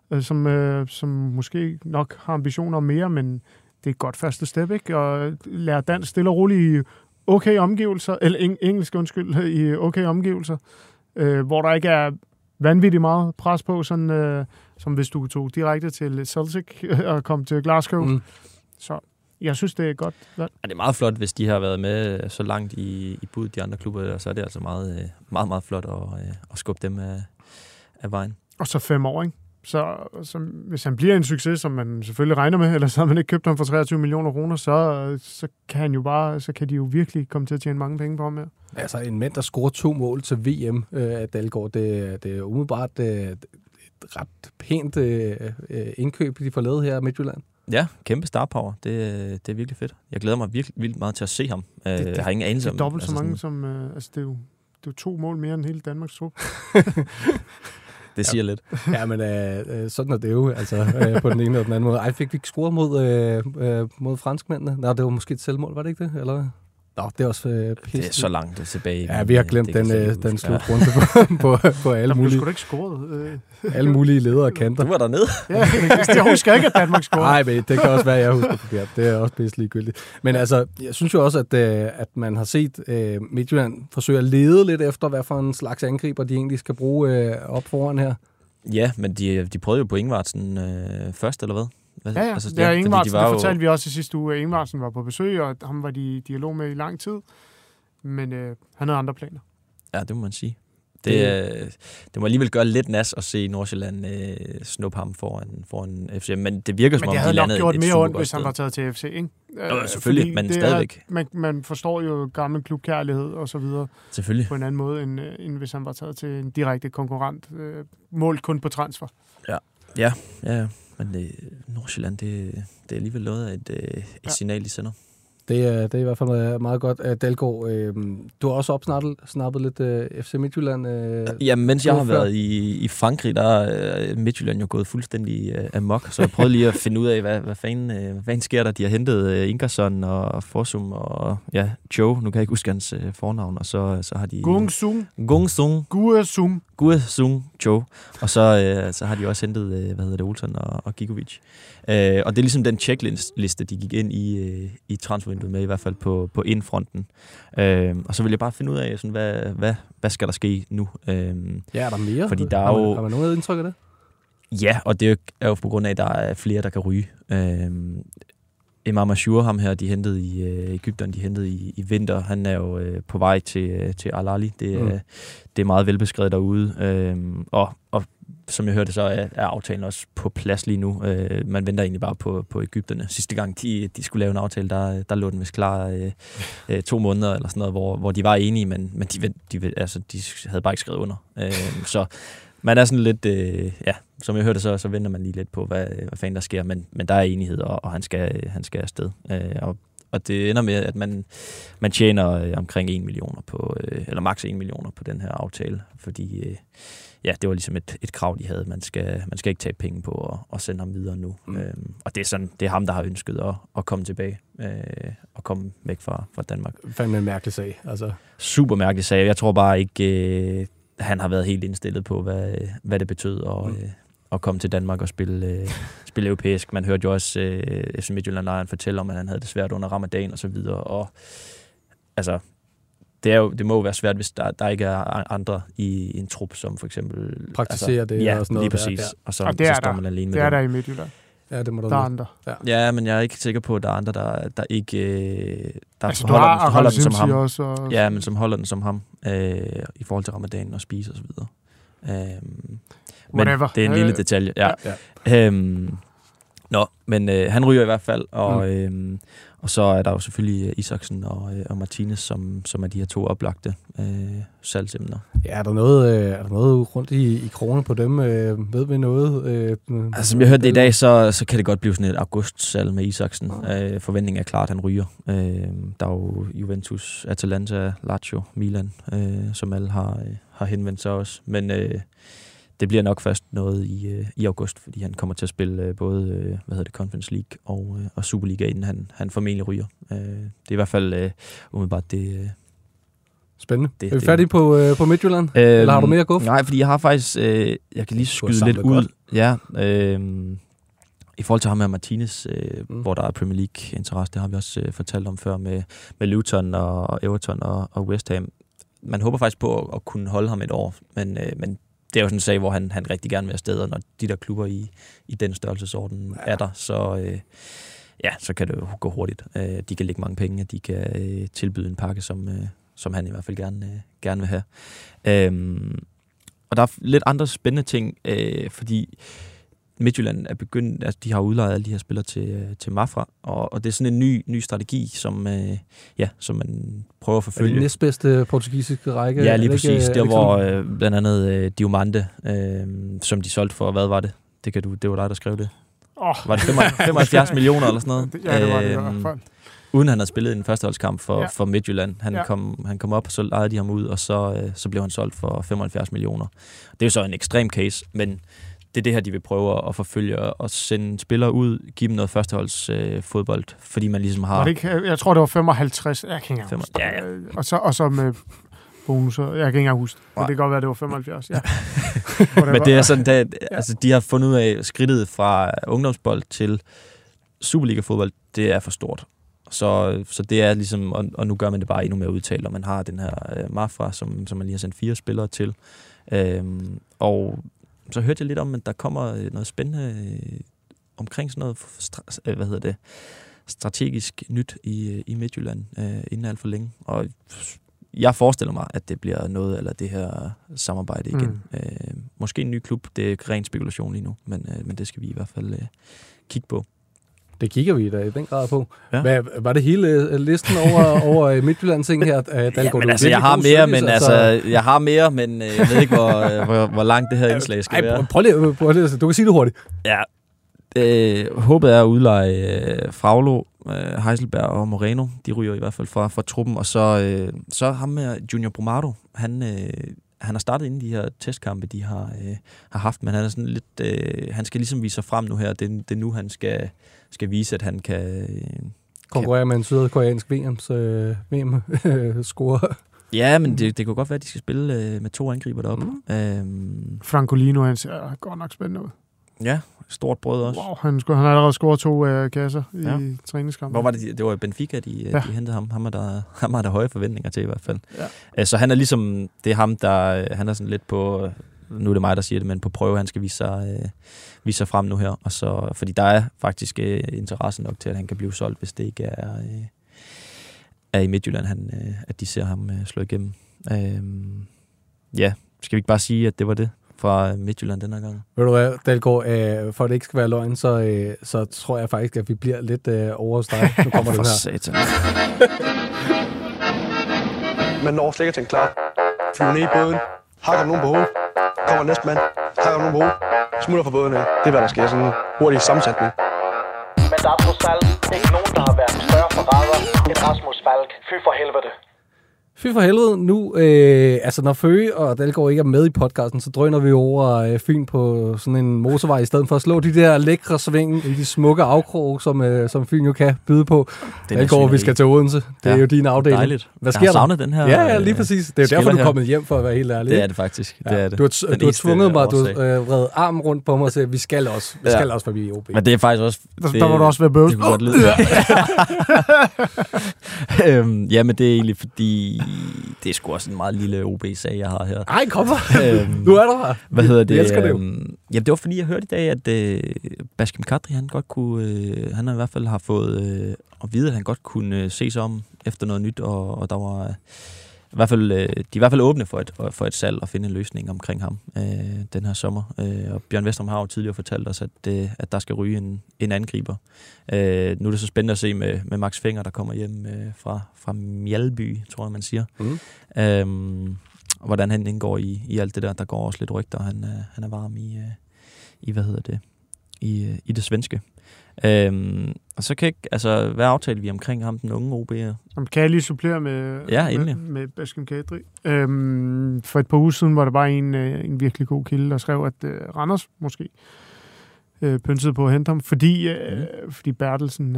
[SPEAKER 3] som måske nok har ambitioner om mere, men det er et godt første step, ikke? Og lære dansk stille og roligt i okay omgivelser, eller engelsk, i okay omgivelser, hvor der ikke er vanvittigt meget pres på, sådan, som hvis du tog direkte til Celtic og kom til Glasgow. Så jeg synes, det er godt valg.
[SPEAKER 2] Ja, det er meget flot, hvis de har været med så langt i bud de andre klubber, og så er det altså meget, meget, meget flot at skubbe dem af vejen.
[SPEAKER 3] Og så 5 år, ikke? Så hvis han bliver en succes, som man selvfølgelig regner med, eller så har man ikke købt ham for 23 millioner kroner, så kan han jo så kan de jo virkelig komme til at tjene mange penge på ham her.
[SPEAKER 1] Altså en mand, der scorer 2 mål til VM, Dalgaard, det er umiddelbart et ret pænt indkøb, de får lavet her i Midtjylland.
[SPEAKER 2] Ja, kæmpe star power. Det er virkelig fedt. Jeg glæder mig virkelig vildt meget til at se ham. Jeg har ingen anelse om...
[SPEAKER 3] Det er dobbelt så mange som... det er jo 2 mål mere end hele Danmarks trup.
[SPEAKER 2] Det siger lidt.
[SPEAKER 1] Ja, men sådan er det jo, altså på den ene eller den anden måde. Fik vi ikke scoret mod franskmændene? Nej, det var måske et selvmål, var det ikke det? Eller... Nå, det er også pisse.
[SPEAKER 2] Det er så langt tilbage.
[SPEAKER 1] Ja, vi har glemt den slutrunde på alle mulige...
[SPEAKER 3] Du skulle ikke scoret.
[SPEAKER 1] Alle mulige ledere og kanter.
[SPEAKER 2] Du var dernede.
[SPEAKER 3] Ja, jeg husker ikke, at Danmark scorede.
[SPEAKER 1] Nej, men det kan også være, at jeg husker forkert. Det er også pisse ligegyldigt. Men altså, jeg synes jo også, at man har set Midtjylland forsøge at lede lidt efter, hvad for en slags angriber de egentlig skal bruge op foran her.
[SPEAKER 2] Ja, men de prøvede jo på Ingvartsen først, eller hvad?
[SPEAKER 3] Ja. Altså, det fortalte vi også i sidste uge, at Ingvartsen var på besøg, og ham var de i dialog med i lang tid. Men han havde andre planer.
[SPEAKER 2] Ja, det må man sige. Det må alligevel gøre lidt nas at se Nordsjælland snuppe ham foran FC. Men det virker som om, de landede et super godt sted. Men det havde nok gjort mere ondt,
[SPEAKER 3] hvis han var taget til FC, ikke?
[SPEAKER 2] Selvfølgelig, men stadigvæk.
[SPEAKER 3] Man forstår jo gammel klubkærlighed og så videre.
[SPEAKER 2] Selvfølgelig.
[SPEAKER 3] På en anden måde, end hvis han var taget til en direkte konkurrent. Målt kun på transfer.
[SPEAKER 2] Ja. Men Nordsjælland, det er alligevel noget af et signal, de sender.
[SPEAKER 1] Det er i hvert fald meget godt. Dalgaard, du har også opsnappet lidt FC Midtjylland.
[SPEAKER 2] Ja, mens jeg har været i Frankrig, der er Midtjylland jo gået fuldstændig amok. Så jeg prøvede lige at finde ud af, hvad fanden sker der. De har hentet Ingersson og Forsum og Joe. Nu kan jeg ikke huske hans fornavn. Og så har de... Guesung Joe. Og så har de også hentet, Olsen og Gigovic. Og det er ligesom den checkliste, de gik ind i transfervinduet med, i hvert fald på indfronten. Og så vil jeg bare finde ud af, sådan, hvad skal der ske nu?
[SPEAKER 1] Er der mere?
[SPEAKER 2] Fordi der er jo...
[SPEAKER 1] Har man nogen indtryk af det?
[SPEAKER 2] Ja, og det er jo på grund af, at der er flere, der kan ryge. Imam Ashur, ham her, de hentede i Egypten, de hentede i vinter. Han er jo på vej til Al-Ahly. Det er meget velbeskrevet derude. Og som jeg hørte, så er aftalen også på plads lige nu. Man venter egentlig bare på Egypterne. Sidste gang, de skulle lave en aftale, der lå den vist klar 2 måneder eller sådan noget, hvor de var enige, men de havde bare ikke skrevet under. Så man er sådan lidt, som jeg hørte, så venter man lige lidt på, hvad fanden der sker, men der er enighed, og han skal afsted. Og det ender med, at man tjener omkring 1 million på, eller maks 1 million på den her aftale, fordi det var ligesom et krav, de havde. Man skal ikke tage penge på og sende ham videre nu. Og det er ham, der har ønsket at komme tilbage og komme væk fra Danmark.
[SPEAKER 1] Fandme en mærkelig sag. Altså.
[SPEAKER 2] Super mærkelig sag. Jeg tror bare ikke, han har været helt indstillet på, hvad det betød at komme til Danmark og spille europæisk. Man hørte jo også FC Midtjylland-lejren fortælle om, at han havde det svært under Ramadan og så videre. Og altså, det må jo være svært, hvis der ikke er andre i en trup, som for eksempel
[SPEAKER 1] praktiserer det og sådan noget.
[SPEAKER 2] Lige præcis. Og så står man alene med
[SPEAKER 3] det. Det er der i Midtjylland.
[SPEAKER 1] Ja, det må
[SPEAKER 3] der er andre.
[SPEAKER 2] Ja, men jeg er ikke sikker på, at der er andre, der ikke
[SPEAKER 3] altså,
[SPEAKER 2] holder den som ham.
[SPEAKER 3] Også.
[SPEAKER 2] Ja, men som holder den som ham i forhold til Ramadan og spise og så videre. Men det er en lille detalje. Ja. Men han ryger i hvert fald, og så er der jo selvfølgelig Isaksen og Martinez, som er de her 2 oplagte salgsemner.
[SPEAKER 1] Ja, er der noget rundt i kroner på dem? Ved vi noget?
[SPEAKER 2] Altså, som jeg hørte det i dag, så kan det godt blive sådan et august-salg med Isaksen. Forventningen er klart, at han ryger. Der er jo Juventus, Atalanta, Lazio, Milan, som alle har henvendt sig også. Men det bliver nok først noget i august, fordi han kommer til at spille både Conference League og Superliga, inden han formentlig ryger. Det er i hvert fald umiddelbart det. Spændende.
[SPEAKER 1] Er vi færdige på Midtjylland? Eller har du mere at gå?
[SPEAKER 2] Nej, fordi jeg har faktisk... jeg kan lige skyde lidt ud. Godt. Ja, i forhold til ham her Martinez, hvor der er Premier League-interesse, det har vi også fortalt om før med Luton og Everton og West Ham. Man håber faktisk på at kunne holde ham et år, men det er jo sådan en sag, hvor han rigtig gerne vil afsted, og når de der klubber i den størrelsesorden er der, så kan det jo gå hurtigt. De kan lægge mange penge, de kan tilbyde en pakke, som han i hvert fald gerne vil have. Og der er lidt andre spændende ting, fordi Midtjylland er begyndt, altså de har udlejet alle de her spillere til Mafra, og det er sådan en ny strategi, som man prøver at forfølge.
[SPEAKER 1] Er det næstbedste portugisiske række?
[SPEAKER 2] Ja, lige præcis. Der hvor blandt andet Diomande, som de solgte for, hvad var det? Det var dig, der skrev det. Var det 75 millioner eller sådan noget?
[SPEAKER 3] Ja, det var det i hvert fald.
[SPEAKER 2] Uden han havde spillet i en førsteholdskamp for Midtjylland. Han kom op, og så lejede de ham ud, og så blev han solgt for 75 millioner. Det er jo så en ekstrem case, men det er det her, de vil prøve at forfølge og sende spillere ud, give dem noget førsteholdsfodbold, fordi man ligesom har...
[SPEAKER 3] Jeg tror, det var 55. Jeg kan ikke huske. Ja. Og så med bonusser. Jeg kan ikke engang huske. Det kan godt være, det var 75. Ja.
[SPEAKER 2] Men det er sådan, altså, de har fundet ud af skridtet fra ungdomsbold til Superliga-fodbold, det er for stort. Så det er ligesom, og nu gør man det bare endnu mere udtalt, og man har den her Mafra, som man lige har sendt 4 spillere til. Og så hørte jeg lidt om, at der kommer noget spændende omkring sådan noget, strategisk nyt i Midtjylland inden alt for længe. Og jeg forestiller mig, at det bliver noget eller det her samarbejde igen. Måske en ny klub, det er ren spekulation lige nu, men det skal vi i hvert fald kigge på.
[SPEAKER 1] Det kigger vi da i den grad på. Ja. Var det hele listen over Midtjylland-ting her?
[SPEAKER 2] Jeg har mere, men jeg ved ikke, hvor langt det her indslag skal være.
[SPEAKER 1] Prøv lige, du kan sige det hurtigt.
[SPEAKER 2] Ja, Håbet er at udleje Fraglo, Heiselberg og Moreno. De ryger i hvert fald fra truppen. Og så ham med Junior Brumado. Han har startet inden de her testkampe, de har haft, men han er sådan lidt... han skal ligesom vise sig frem nu her. Det er nu, han skal vise, at han kan...
[SPEAKER 1] konkurrere med en sydkoreansk VM-scorer.
[SPEAKER 2] Ja, men det kunne godt være, at de skal spille med 2 angriber deroppe.
[SPEAKER 3] Francolino, han ser godt nok spændende ud.
[SPEAKER 2] Ja, stort brød også.
[SPEAKER 3] Wow, han har allerede scoret 2 kasser i træningskampen.
[SPEAKER 2] Hvor var det? Det var i Benfica, de hentede ham. Ham er der høje forventninger til i hvert fald. Ja. Så han er ligesom, det er ham, der han er sådan lidt på, nu er det mig, der siger det, men på prøve, han skal vise sig frem nu her. Og så, fordi der er faktisk interesse nok til, at han kan blive solgt, hvis det ikke er i Midtjylland, at de ser ham slå igennem. Ja, skal vi ikke bare sige, at det var det fra Midtjylland denne gang?
[SPEAKER 1] Ved du hvad, Dalgaard, for at det ikke skal være løgn, så tror jeg faktisk, at vi bliver lidt over hos dig. Nu kommer det her.
[SPEAKER 2] Satan.
[SPEAKER 8] Man når slet ikke til en klar. Flyver ned i båden. Hakker nogen på hovedet. Kommer næste mand. Hakker nogen på hovedet. Smutter fra båden af. Det er, hvad der sker. Sådan en hurtig sammensætning.
[SPEAKER 9] Men der er trods alt ikke nogen, der har været større forræder end Rasmus Falk. Fy for helvede.
[SPEAKER 1] Fy for helvede. Nu, når Føge og Dalgaard ikke er med i podcasten, så drøner vi over Fyn på sådan en motorvej, i stedet for at slå de der lækre sving i de smukke afkrog, som Fyn jo kan byde på. Dalgaard, vi skal til Odense. Det er jo din afdeling.
[SPEAKER 2] Dejligt.
[SPEAKER 1] Hvad sker der?
[SPEAKER 2] Savnet den her.
[SPEAKER 1] Ja, lige præcis. Det er jo derfor, du er kommet hjem, for at være helt ærlig.
[SPEAKER 2] Det er det faktisk.
[SPEAKER 1] Ja. Det er det. Du har tvunget mig, du har vredet armen rundt på mig og sagde, vi skal også forbi OB.
[SPEAKER 2] Men det er faktisk også...
[SPEAKER 3] Der må du også være bøvs.
[SPEAKER 2] Det kunne godt lyde. Men det er egentlig fordi... Det er sgu også en meget lille OB-sag, jeg har her.
[SPEAKER 1] Ej, kom nu er der her.
[SPEAKER 2] Hvad hedder det?
[SPEAKER 1] Jeg elsker det jo.
[SPEAKER 2] Jamen, det var fordi, jeg hørte i dag, at Baskem Kadri, han godt kunne... han har i hvert fald har fået at vide, at han godt kunne se sig om efter noget nyt, og der var... I hvert fald, de er i hvert fald åbne for et salg og finde en løsning omkring ham den her sommer. Og Bjørn Westrum har jo tidligere fortalt os, at der skal ryge en angriber. Nu er det så spændende at se med Max Fenger, der kommer hjem fra Mjælby, tror jeg, man siger. Hvordan han indgår i alt det der. Der går også lidt rygter, han er varm i hvad hedder det? I det svenske. Og så kan ikke, hvad aftalte vi omkring ham, den unge OB'er?
[SPEAKER 3] Kan jeg lige supplere med Baskem Kadri? For et par uger siden var der bare en virkelig god kilde, der skrev, at Randers måske pyntede på at hente ham, fordi Bertelsen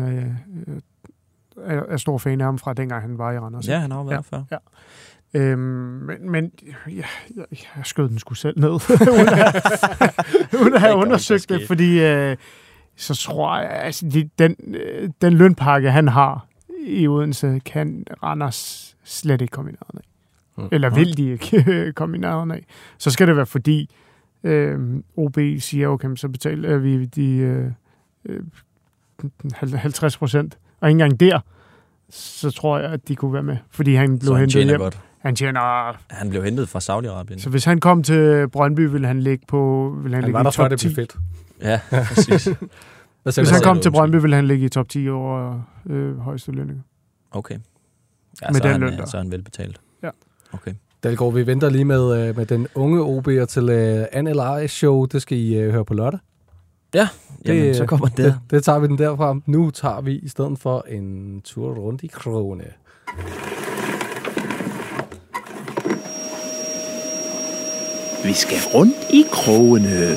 [SPEAKER 3] er stor fan af ham fra dengang, han var i Randers.
[SPEAKER 2] Ja, han har været før.
[SPEAKER 3] Ja. Men jeg skød den sgu selv ned, uden at have undersøgt det, fordi så tror jeg, altså den lønpakke, han har i Odense, kan Randers slet ikke komme i nærheden af. Eller vil de ikke komme i nærheden af. Så skal det være, fordi OB siger, okay, så betaler vi de 50%, og ikke engang der, så tror jeg, at de kunne være med, fordi han blev hentet hjem.
[SPEAKER 2] Godt. Han blev hentet fra Saudi-Arabien.
[SPEAKER 3] Så hvis han kom til Brøndby, ville han ligge på...
[SPEAKER 1] Han var der før, det blev fedt.
[SPEAKER 2] Ja, præcis.
[SPEAKER 3] Hvis han kom til Brøndby, ville han ligge i top 10 over højeste lønninger.
[SPEAKER 2] Okay. Ja,
[SPEAKER 3] med den løn,
[SPEAKER 2] så er han velbetalt.
[SPEAKER 3] Ja.
[SPEAKER 2] Okay.
[SPEAKER 1] Dalgaard, vi venter lige med den unge OB'er til NLR-show. Det skal I høre på lørdag.
[SPEAKER 2] Ja, jamen, så kommer det.
[SPEAKER 1] Det tager vi den derfra. Nu tager vi i stedet for en tur rundt i krogene.
[SPEAKER 10] Vi skal rundt i krogene.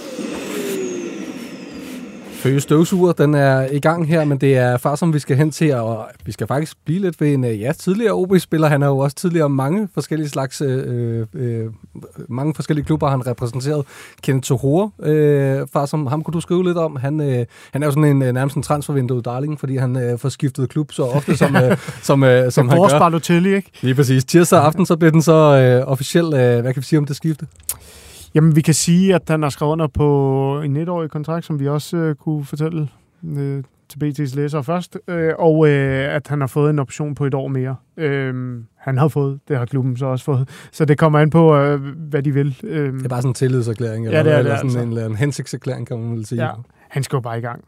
[SPEAKER 1] Føge støvsuger, den er i gang her, men det er far, som vi skal hen til, og vi skal faktisk blive lidt ved en tidligere OB-spiller. Han har jo også tidligere mange forskellige slags, mange forskellige klubber, han repræsenteret. Kenneth Tohore, far, som ham kunne du skrive lidt om. Han er jo sådan nærmest en transfervindue-darling, fordi han får skiftet klub så ofte, som han gør.
[SPEAKER 3] Balotelli, ikke?
[SPEAKER 1] Lige præcis. Tirsdag aften, så bliver den så officiel. Hvad kan vi sige om det skifte?
[SPEAKER 3] Jamen, vi kan sige, at han har skrevet under på en 1-årig kontrakt, som vi også kunne fortælle til BT's læsere først, og at han har fået en option på 1 år mere. Han har fået, det har klubben så også fået, så det kommer an på, hvad de vil.
[SPEAKER 1] Det er bare sådan en tillidserklæring,
[SPEAKER 3] eller, det
[SPEAKER 1] eller sådan en hensigtserklæring, kan man vel sige.
[SPEAKER 3] Ja, han skal jo bare i gang.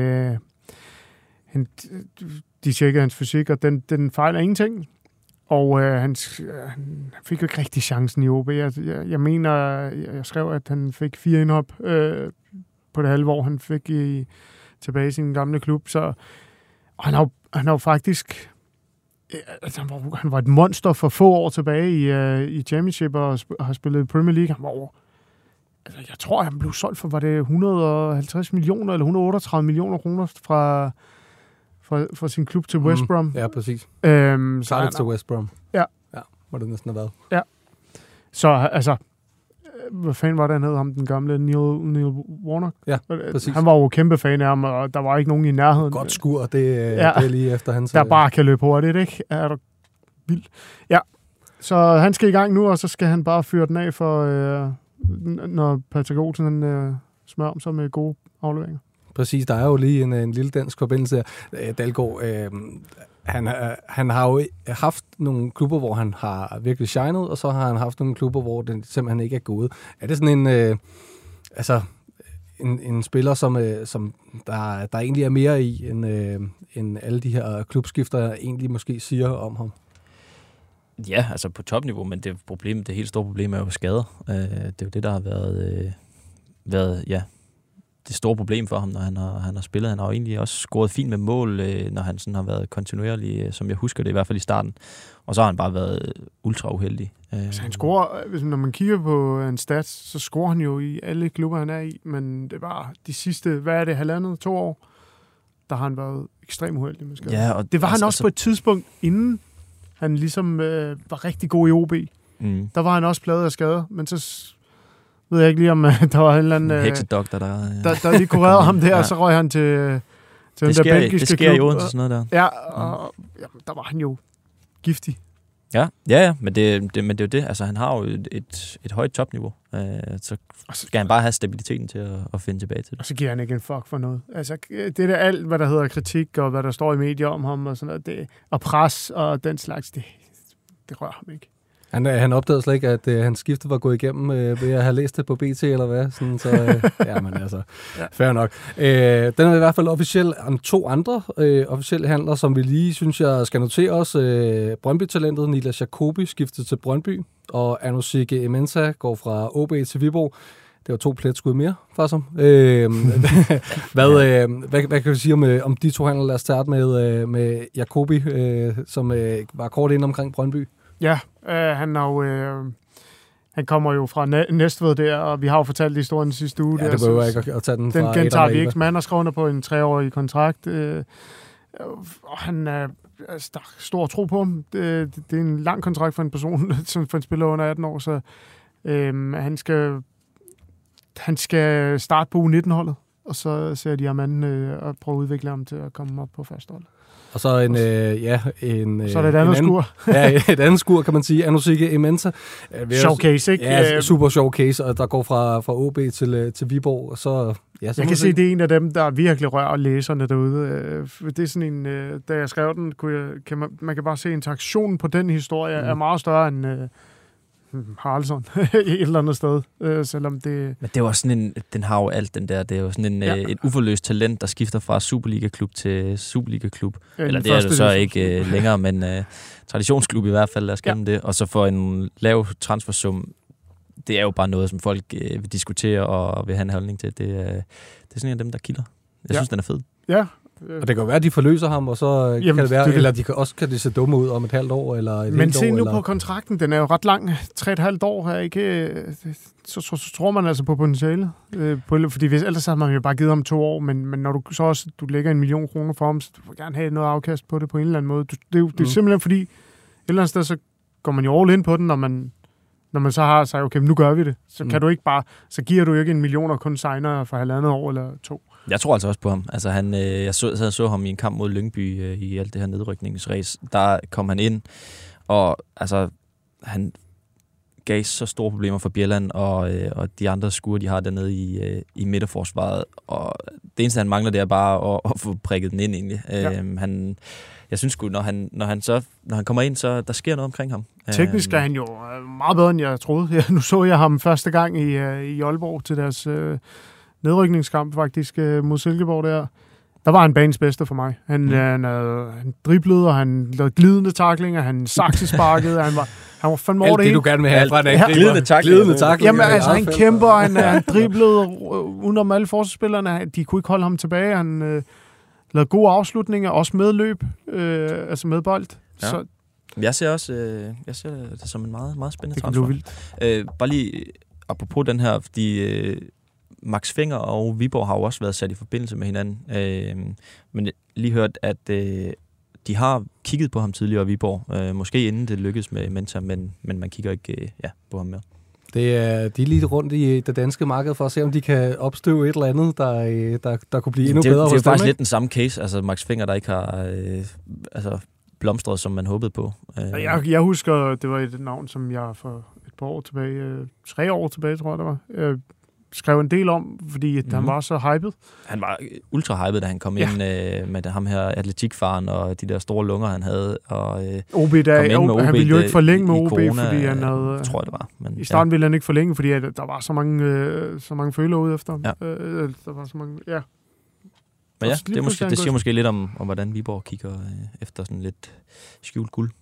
[SPEAKER 3] De tjekker hans fysik, og den fejler ingenting. Og han fik jo ikke rigtig chancen i OB. Jeg mener, jeg skrev, at han fik 4 indhop på det halve år, han fik tilbage i sin gamle klub. Så han har jo faktisk... Altså, han var et monster for få år tilbage i Championship og har spillet i Premier League. Han var over... Altså, jeg tror, han blev solgt for, var det 150 millioner eller 138 millioner kroner fra sin klub til West Brom.
[SPEAKER 1] Ja, præcis. Startet til West Brom.
[SPEAKER 3] Ja.
[SPEAKER 1] Ja, må det næsten have været.
[SPEAKER 3] Ja. Så altså, hvad fanden var det, han hed ham, den gamle Neil Warnock?
[SPEAKER 1] Ja, præcis.
[SPEAKER 3] Han var jo kæmpe fan af ham, og der var ikke nogen i nærheden.
[SPEAKER 1] Godt skur, det er lige efter hans...
[SPEAKER 3] Der bare kan løbe hurtigt, ikke? Er du vildt? Ja, så han skal i gang nu, og så skal han bare fyre den af for, når Patrick Olsen smører om sig med gode afleveringer.
[SPEAKER 1] Præcis, der er jo lige en lille dansk forbindelse her. Dalgaard, han har jo haft nogle klubber, hvor han har virkelig shined, og så har han haft nogle klubber, hvor det simpelthen ikke er gået. Er det sådan en spiller, som der egentlig er mere i, end alle de her klubskifter egentlig måske siger om ham?
[SPEAKER 2] Ja, altså på topniveau, men det helt store problem er jo skader. Det er jo det, der har været det store problem for ham, når han har spillet. Han har jo egentlig også scoret fint med mål, når han sådan har været kontinuerlig, som jeg husker det i hvert fald i starten. Og så har han bare været ultra uheldig.
[SPEAKER 3] Så han scorer, når man kigger på en stats, så scorer han jo i alle klubber, han er i. Men det var de sidste, 1,5-2 år, der har han været ekstremt uheldig med skader.
[SPEAKER 2] Ja, og
[SPEAKER 3] det var han også på et tidspunkt, inden han ligesom var rigtig god i OB. Der var han også plaget af skader, men så ved jeg ikke lige, om der var en eller anden...
[SPEAKER 2] heksedoktor,
[SPEAKER 3] der lige kurerede ham der, og så røg han til den der belgiske klub.
[SPEAKER 2] Det sker i Odense, sådan noget der.
[SPEAKER 3] Ja, og der var han jo giftig.
[SPEAKER 2] Ja, men det er jo det. Altså, han har jo et højt topniveau. Så skal han bare have stabiliteten til at finde tilbage til det.
[SPEAKER 3] Og så giver han ikke en fuck for noget. Altså, det er alt, hvad der hedder kritik, og hvad der står i medier om ham, og sådan noget, og pres, og den slags, det rører ham ikke.
[SPEAKER 1] Han opdagede slet ikke, at hans skifte var gået igennem ved at have læst det på BT, eller hvad? Sådan, så men altså, fair nok. Den er i hvert fald officiel om 2 andre officielle handler, som vi lige, synes jeg, skal notere os. Brøndby-talentet Nilas Jacobi skiftet til Brøndby, og Anusike Emensa går fra OB til Viborg. Det var 2 pletskud mere, faktisk. Hvad kan vi sige om de 2 handler? Lad os starte med Jacobi, som var kort inde omkring Brøndby.
[SPEAKER 3] Ja, han kommer jo fra Næstved der, og vi har jo fortalt historien sidste uge.
[SPEAKER 1] Ja, det behøver ikke at tage den fra.
[SPEAKER 3] Den gentager vi ikke, men han har skrevet på en 3-årig kontrakt. Og han er stor tro på ham. Det er en lang kontrakt for en person, som for en spiller under 18 år, så han skal starte på U19-holdet, og så ser de ham an og prøve at udvikle ham til at komme op på førsteholdet.
[SPEAKER 1] Og så så er det
[SPEAKER 3] et andet skur.
[SPEAKER 1] Ja, et andet skur, kan man sige. Anusike Emensa.
[SPEAKER 3] Sjov case, ikke?
[SPEAKER 1] Ja, super sjov case, og der går fra OB til Viborg. Så,
[SPEAKER 3] jeg kan se, det er en af dem, der virkelig rører læserne derude. Det er sådan en, da jeg skrev den, man kan bare se, interaktionen på den historie er meget større end Haraldsson et eller andet sted, selvom det...
[SPEAKER 2] Men det er jo sådan den har jo alt den der, det er jo sådan et uforløst talent, der skifter fra Superliga-klub til Superliga-klub. Eller det er det så ikke længere, men traditionsklub i hvert fald, lad os kalde det. Og så for en lav transfersum, det er jo bare noget, som folk vil diskutere og vil have en holdning til. Det er sådan en af dem, der kilder. Jeg synes, den er fed.
[SPEAKER 3] Ja.
[SPEAKER 1] Og det kan være, at de forløser ham, og så kan det være, eller de kan se dumme ud om et halvt år, eller et
[SPEAKER 3] men se
[SPEAKER 1] år,
[SPEAKER 3] nu
[SPEAKER 1] eller...
[SPEAKER 3] på kontrakten, den er jo ret lang, 3,5 år her, ikke? Så tror man altså på potentialet. Fordi ellers har man jo bare givet ham 2 år, men når du så også lægger 1 million kroner for ham, så du vil gerne have noget afkast på det på en eller anden måde. Det er simpelthen fordi, et eller andet sted, så går man jo all in på den, når man så har sagt, okay, nu gør vi det. Så kan du ikke bare, så giver du jo ikke 1 million og kun signer for 1,5 år eller 2. Jeg
[SPEAKER 2] tror altså også på ham. Altså jeg så ham i en kamp mod Lyngby i alt det her nedrykningsræs. Der kom han ind, og altså han gav så store problemer for Bjelland og de andre skuer, de har dernede i midterforsvaret. Og det eneste, han mangler, det er bare at få prikket den ind egentlig. Ja. Jeg synes sgu, når han kommer ind, så der sker noget omkring ham.
[SPEAKER 3] Teknisk er han jo meget bedre, end jeg troede. Nu så jeg ham første gang i Aalborg til deres nedrykningskamp faktisk mod Silkeborg der. Der var han banens bedste for mig. Han driblede, og han lavede glidende tacklinger, han saksesparkede, Han var fandme over
[SPEAKER 1] alt det, du gerne vil have fra en angriber.
[SPEAKER 2] Glidende tak.
[SPEAKER 3] Jamen, altså, han kæmper, han driblede udenom alle forsvarsspillerne. De kunne ikke holde ham tilbage. Han lavede gode afslutninger, også med løb, altså med bold.
[SPEAKER 2] Ja.
[SPEAKER 3] Så
[SPEAKER 2] Jeg ser det som en meget, meget spændende transfer. Bare lige apropos den her, fordi Max Fenger og Viborg har jo også været sat i forbindelse med hinanden. Men lige hørt, at de har kigget på ham tidligere, Viborg. Måske inden det lykkedes med Menta, men man kigger ikke på ham mere.
[SPEAKER 1] De er lige rundt i det danske marked for at se, om de kan opstøve et eller andet, der kunne blive endnu bedre.
[SPEAKER 2] Det er jo faktisk lidt den samme case. Altså Max Fenger, der ikke har blomstret, som man håbede på.
[SPEAKER 3] Jeg husker, det var et navn, som jeg for et par år tilbage, 3 år tilbage, tror jeg det var, skrev en del om, fordi han var så hyped.
[SPEAKER 2] Han var ultra hyped, da han kom ind med ham her atletikfaren og de der store lunger, han havde. Og,
[SPEAKER 3] OB, han ville jo ikke forlænge med OB,
[SPEAKER 2] corona,
[SPEAKER 3] fordi han havde...
[SPEAKER 2] tror jeg, det var. Men,
[SPEAKER 3] i starten ville han ikke forlænge, fordi der var så mange følere ude efter ham.
[SPEAKER 2] Ja.
[SPEAKER 3] Der var så mange... Ja.
[SPEAKER 2] Men ja, det siger måske lidt om hvordan Viborg kigger efter sådan lidt skjult guld.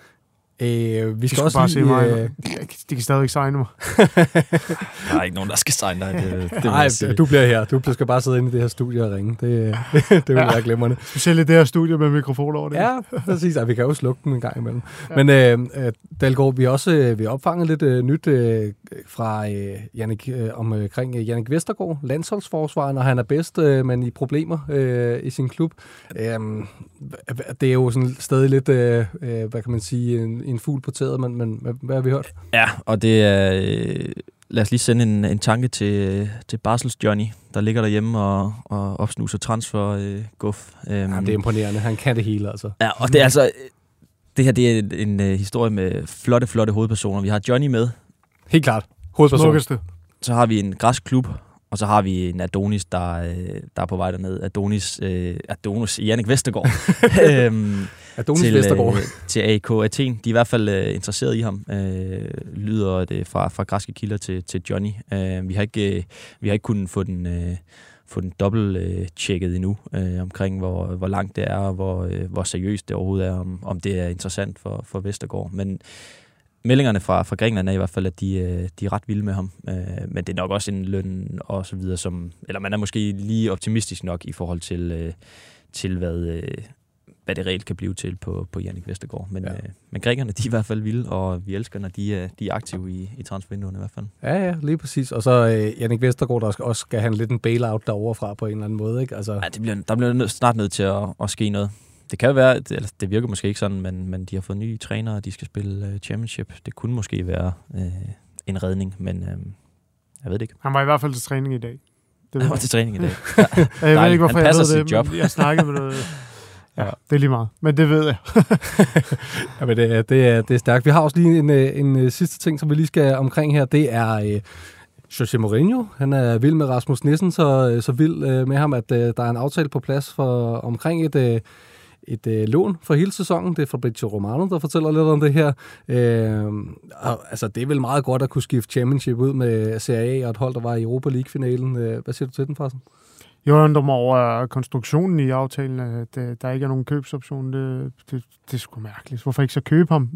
[SPEAKER 1] Vi skal også bare
[SPEAKER 3] se mig. De kan stadig ikke signe mig.
[SPEAKER 2] Der er ikke nogen, der skal signe dig.
[SPEAKER 1] Nej, du bliver her. Du skal bare sidde inde i det her studie og ringe. Det vil være glimrende.
[SPEAKER 3] Specielt i det her studie med mikrofon over det.
[SPEAKER 1] Ja, præcis. Vi kan jo slukke den en gang imellem. Ja. Men Dalgaard, vi har opfanget lidt nyt fra omkring Jannik Vestergaard, landsholdsforsvaren, og han er bedst, men i problemer i sin klub. Det er jo sådan stadig lidt, hvad kan man sige, en fugl på taget, men hvad har vi hørt?
[SPEAKER 2] Ja, og det er... lad os lige sende en tanke til Barsels Johnny, der ligger derhjemme og opsnuser transfer-guf.
[SPEAKER 1] Ja, det er imponerende. Han kan det hele, altså.
[SPEAKER 2] Ja, og det er altså... Det her, det er en historie med flotte hovedpersoner. Vi har Johnny med.
[SPEAKER 1] Helt klart. Hovedperson.
[SPEAKER 3] Smukkeste.
[SPEAKER 2] Så har vi en græsk klub, og så har vi en Adonis, der er på vej derned. Adonis Jannik Vestergaard.
[SPEAKER 1] Adonis Vestergaard.
[SPEAKER 2] Til AK Athen. De er i hvert fald interesseret i ham. Lyder det fra græske kilder til Johnny. Vi har ikke kunnet få den dobbelt-tjekket endnu, omkring hvor langt det er, og hvor seriøst det overhovedet er, om det er interessant for Vestergaard. Men meldingerne fra Grækenland er i hvert fald, at de er ret vilde med ham. Men det er nok også en løn og så videre, eller man er måske lige optimistisk nok i forhold til hvad det reelt kan blive til på Jannik Vestergaard. Men grækerne, de er i hvert fald vilde, og vi elsker, når de er aktive i transfervinduerne i hvert fald.
[SPEAKER 1] Ja, lige præcis. Og så Jannik Vestergaard, der også skal have lidt en bailout derovre fra på en eller anden måde, ikke? Altså...
[SPEAKER 2] Ja, der bliver snart nødt til at ske noget. Det kan jo være, eller det virker måske ikke sådan, men de har fået nye trænere, og de skal spille championship. Det kunne måske være en redning, men jeg ved det ikke.
[SPEAKER 3] Han var i hvert fald til træning i dag.
[SPEAKER 2] Han var til træning i dag.
[SPEAKER 3] Jeg ved ikke, hvorfor
[SPEAKER 2] han passer
[SPEAKER 3] jeg ved det,
[SPEAKER 2] job.
[SPEAKER 3] men jeg snakkede med noget. Ja, det er lige meget, men det ved jeg.
[SPEAKER 1] Ja, men det er stærkt. Vi har også lige en sidste ting, som vi lige skal omkring her. Det er José Mourinho. Han er vild med Rasmus Nissen, så vild med ham, at der er en aftale på plads for omkring et lån for hele sæsonen. Det er Fabrizio Romano, der fortæller lidt om det her. Altså, det er vel meget godt at kunne skifte championship ud med Serie A og et hold, der var i Europa League-finalen. Hvad siger du til den, Farsen?
[SPEAKER 3] Jeg undrer mig over konstruktionen i aftalen, at der ikke er nogen købsoption. Det er sgu mærkeligt. Hvorfor ikke så købe ham?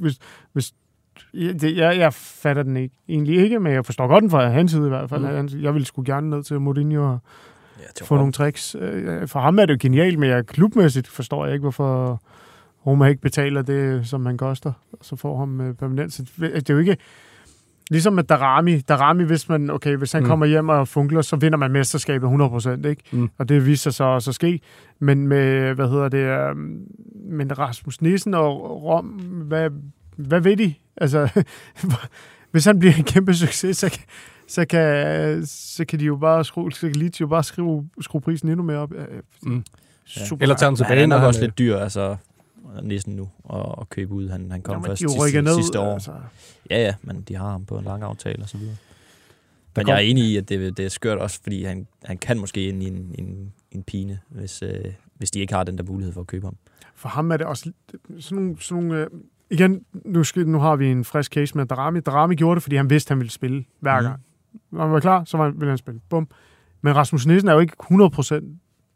[SPEAKER 3] Jeg fatter den egentlig ikke, men jeg forstår godt den fra hans side i hvert fald. Jeg ville sgu gerne ned til Mourinho og få nogle tricks. For ham er det jo genialt, men klubmæssigt forstår jeg ikke, hvorfor Roma ikke betaler det, som han koster, og så får ham permanent. Det er jo ikke... Ligesom med Darami, hvis han kommer hjem og funkler, så vinder man mesterskabet 100%, ikke? Og det viser sig så også at ske. Men med, men Rasmus Nissen og Rom, hvad ved de? Altså, hvis han bliver en kæmpe succes, så kan de jo bare skrue prisen endnu mere op.
[SPEAKER 1] Super. Eller tage ham tilbage.
[SPEAKER 2] Han er også lidt dyr, altså Nissen nu og købe ud. Han kom først sidste år. Altså. Ja, men de har ham på en lang aftale og så videre. Men jeg er enig i, at det er skørt også, fordi han kan måske ind i en pine, hvis de ikke har den der mulighed for at købe ham.
[SPEAKER 3] For ham er det også sådan nogle igen, nu har vi en frisk case med Darami. Darami gjorde det, fordi han vidste, han ville spille hver gang. Når han var klar, så ville han spille. Bum. Men Rasmus Nissen er jo ikke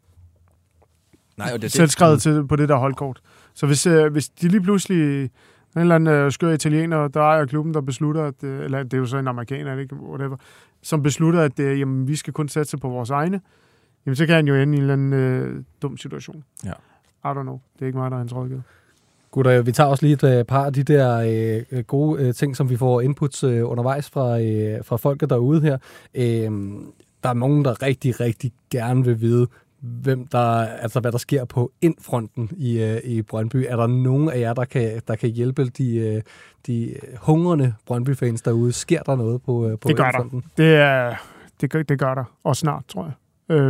[SPEAKER 3] 100% selvskrevet til på det der holdkort. Så hvis de lige pludselig En eller anden skør italiener, der ejer klubben, der beslutter, at, eller det er jo så en amerikaner, ikke? Whatever, som beslutter, at jamen, vi skal kun satse på vores egne. Jamen, så kan han jo ende i en eller anden dum situation.
[SPEAKER 2] Ja.
[SPEAKER 3] I don't know. Det er ikke mig, der er hans rådgiver.
[SPEAKER 1] Gutter, vi tager også lige et par af de der gode ting, som vi får inputs undervejs fra folket derude her. Der er nogen, der rigtig, rigtig gerne vil vide, hvad der sker på indfronten i Brøndby. Er der nogen af jer, der kan hjælpe de hungrende Brøndby-fans derude? Sker der noget på indfronten?
[SPEAKER 3] Det gør der. Og snart, tror jeg.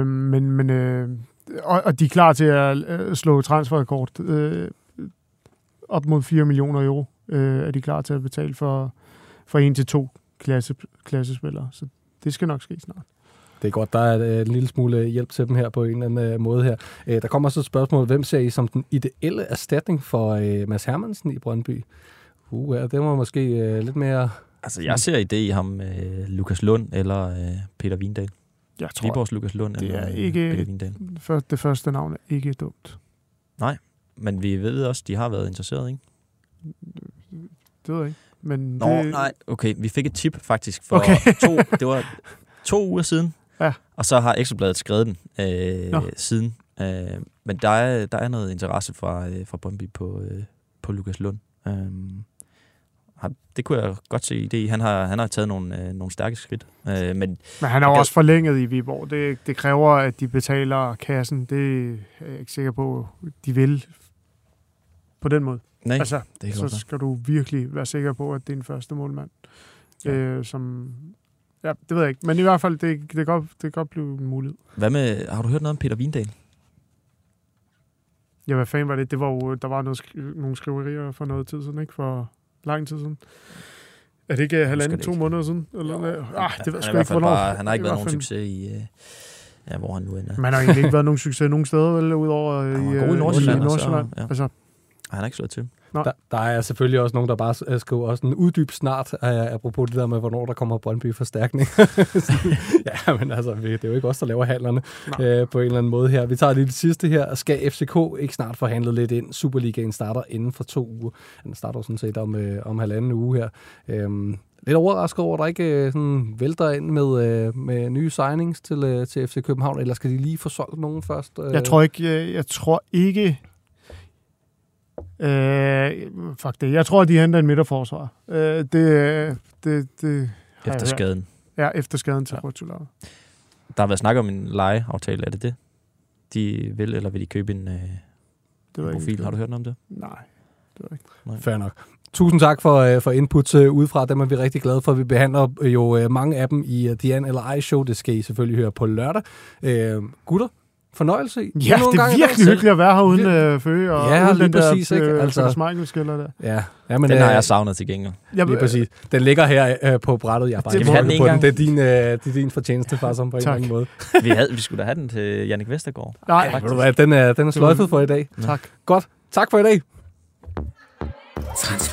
[SPEAKER 3] Og de er klar til at slå transferrekord. Op mod 4 millioner euro er de klar til at betale for 1 til 2 klassespillere. Så det skal nok ske snart.
[SPEAKER 1] Det er godt, der er en lille smule hjælp til dem her på en eller anden måde her. Der kommer så et spørgsmål, hvem ser I som den ideelle erstatning for Mads Hermansen i Brøndby? Det var måske lidt mere...
[SPEAKER 2] Altså, jeg ser idé i ham Lukas Lund eller Peter Vindal.
[SPEAKER 3] Jeg tror,
[SPEAKER 2] Viborgs Lukas Lund
[SPEAKER 3] det
[SPEAKER 2] eller
[SPEAKER 3] er ikke
[SPEAKER 2] Peter Vindal.
[SPEAKER 3] Det første navn er ikke dumt.
[SPEAKER 2] Nej, men vi ved også, de har været interesseret, ikke?
[SPEAKER 3] Det ved jeg ikke. Men
[SPEAKER 2] nej, okay. Vi fik et tip faktisk for det var 2 uger siden.
[SPEAKER 3] Ja.
[SPEAKER 2] Og så har Ekstrabladet skrevet den siden. Men der er noget interesse fra Brøndby på Lukas Lund. Det kunne jeg godt se i det. Han har taget nogle stærke skridt. Men
[SPEAKER 3] han er også forlænget i Viborg. Det kræver, at de betaler kassen. Det er jeg ikke sikker på, de vil på den måde.
[SPEAKER 2] Nej,
[SPEAKER 3] altså,
[SPEAKER 2] det
[SPEAKER 3] så skal du virkelig være sikker på, at det er en første målmand. Ja. Ja, det ved jeg ikke. Men i hvert fald, det kan godt blive en mulighed.
[SPEAKER 2] Hvad med, har du hørt noget om Peter Vindal?
[SPEAKER 3] Ja, hvad fanden var det? Det var jo, der var nogle skriverier for noget tid siden, ikke? For lang tid siden. Er det ikke 1,5-2 måneder siden? Eller? Det ved jeg ikke, hvornår.
[SPEAKER 2] Han har ikke været nogen succes i... hvor han nu ender.
[SPEAKER 3] Man har egentlig ikke været nogen succes nogen steder, vel? Udover
[SPEAKER 2] i Nordsjælland.
[SPEAKER 3] Ja. Altså,
[SPEAKER 2] han har ikke slået til.
[SPEAKER 1] Der er selvfølgelig også nogen, der bare skriver også en uddyb snart, apropos det der med, hvornår der kommer Brøndby-forstærkning. Ja, men altså, det er jo ikke os, der laver handlerne på en eller anden måde her. Vi tager lige det sidste her. Skal FCK ikke snart forhandle lidt ind? Superligaen starter inden for 2 uger. Den starter sådan set om 1,5 uge her. Lidt overrasket over, at der ikke sådan vælter ind med nye signings til FC København, eller skal de lige få solgt nogen først?
[SPEAKER 3] Jeg tror ikke fuck det. Jeg tror, at de henter en midterforsvar.
[SPEAKER 2] Efter skaden.
[SPEAKER 3] Ja, efter skaden til Rotulava.
[SPEAKER 2] Der har været snak om en lejeaftale. Er det? De vil, eller vil de købe en profil? Har du hørt noget om det?
[SPEAKER 3] Nej, det var ikke. Nej.
[SPEAKER 1] Fair nok. Tusind tak for input udefra. Dem er vi rigtig glade for. Vi behandler jo mange af dem i The An eller I Show. Det skal I selvfølgelig høre på lørdag. Gutter, fornøjelse.
[SPEAKER 3] Ja, det er virkelig hyggeligt at være her uden Føge og uden den
[SPEAKER 1] præcis,
[SPEAKER 3] der
[SPEAKER 1] altså,
[SPEAKER 3] Smeichel-skiller der.
[SPEAKER 1] Ja, men
[SPEAKER 2] den har jeg savnet til gengæld.
[SPEAKER 1] Lige præcis. Den ligger her på brættet. Jeg bare det er din fortjeneste, far, som på en eller anden måde.
[SPEAKER 2] Vi skulle da have den til Jannik Vestergaard.
[SPEAKER 1] Nej, den er sløjfet for i dag.
[SPEAKER 3] Tak.
[SPEAKER 1] Godt. Tak for i dag.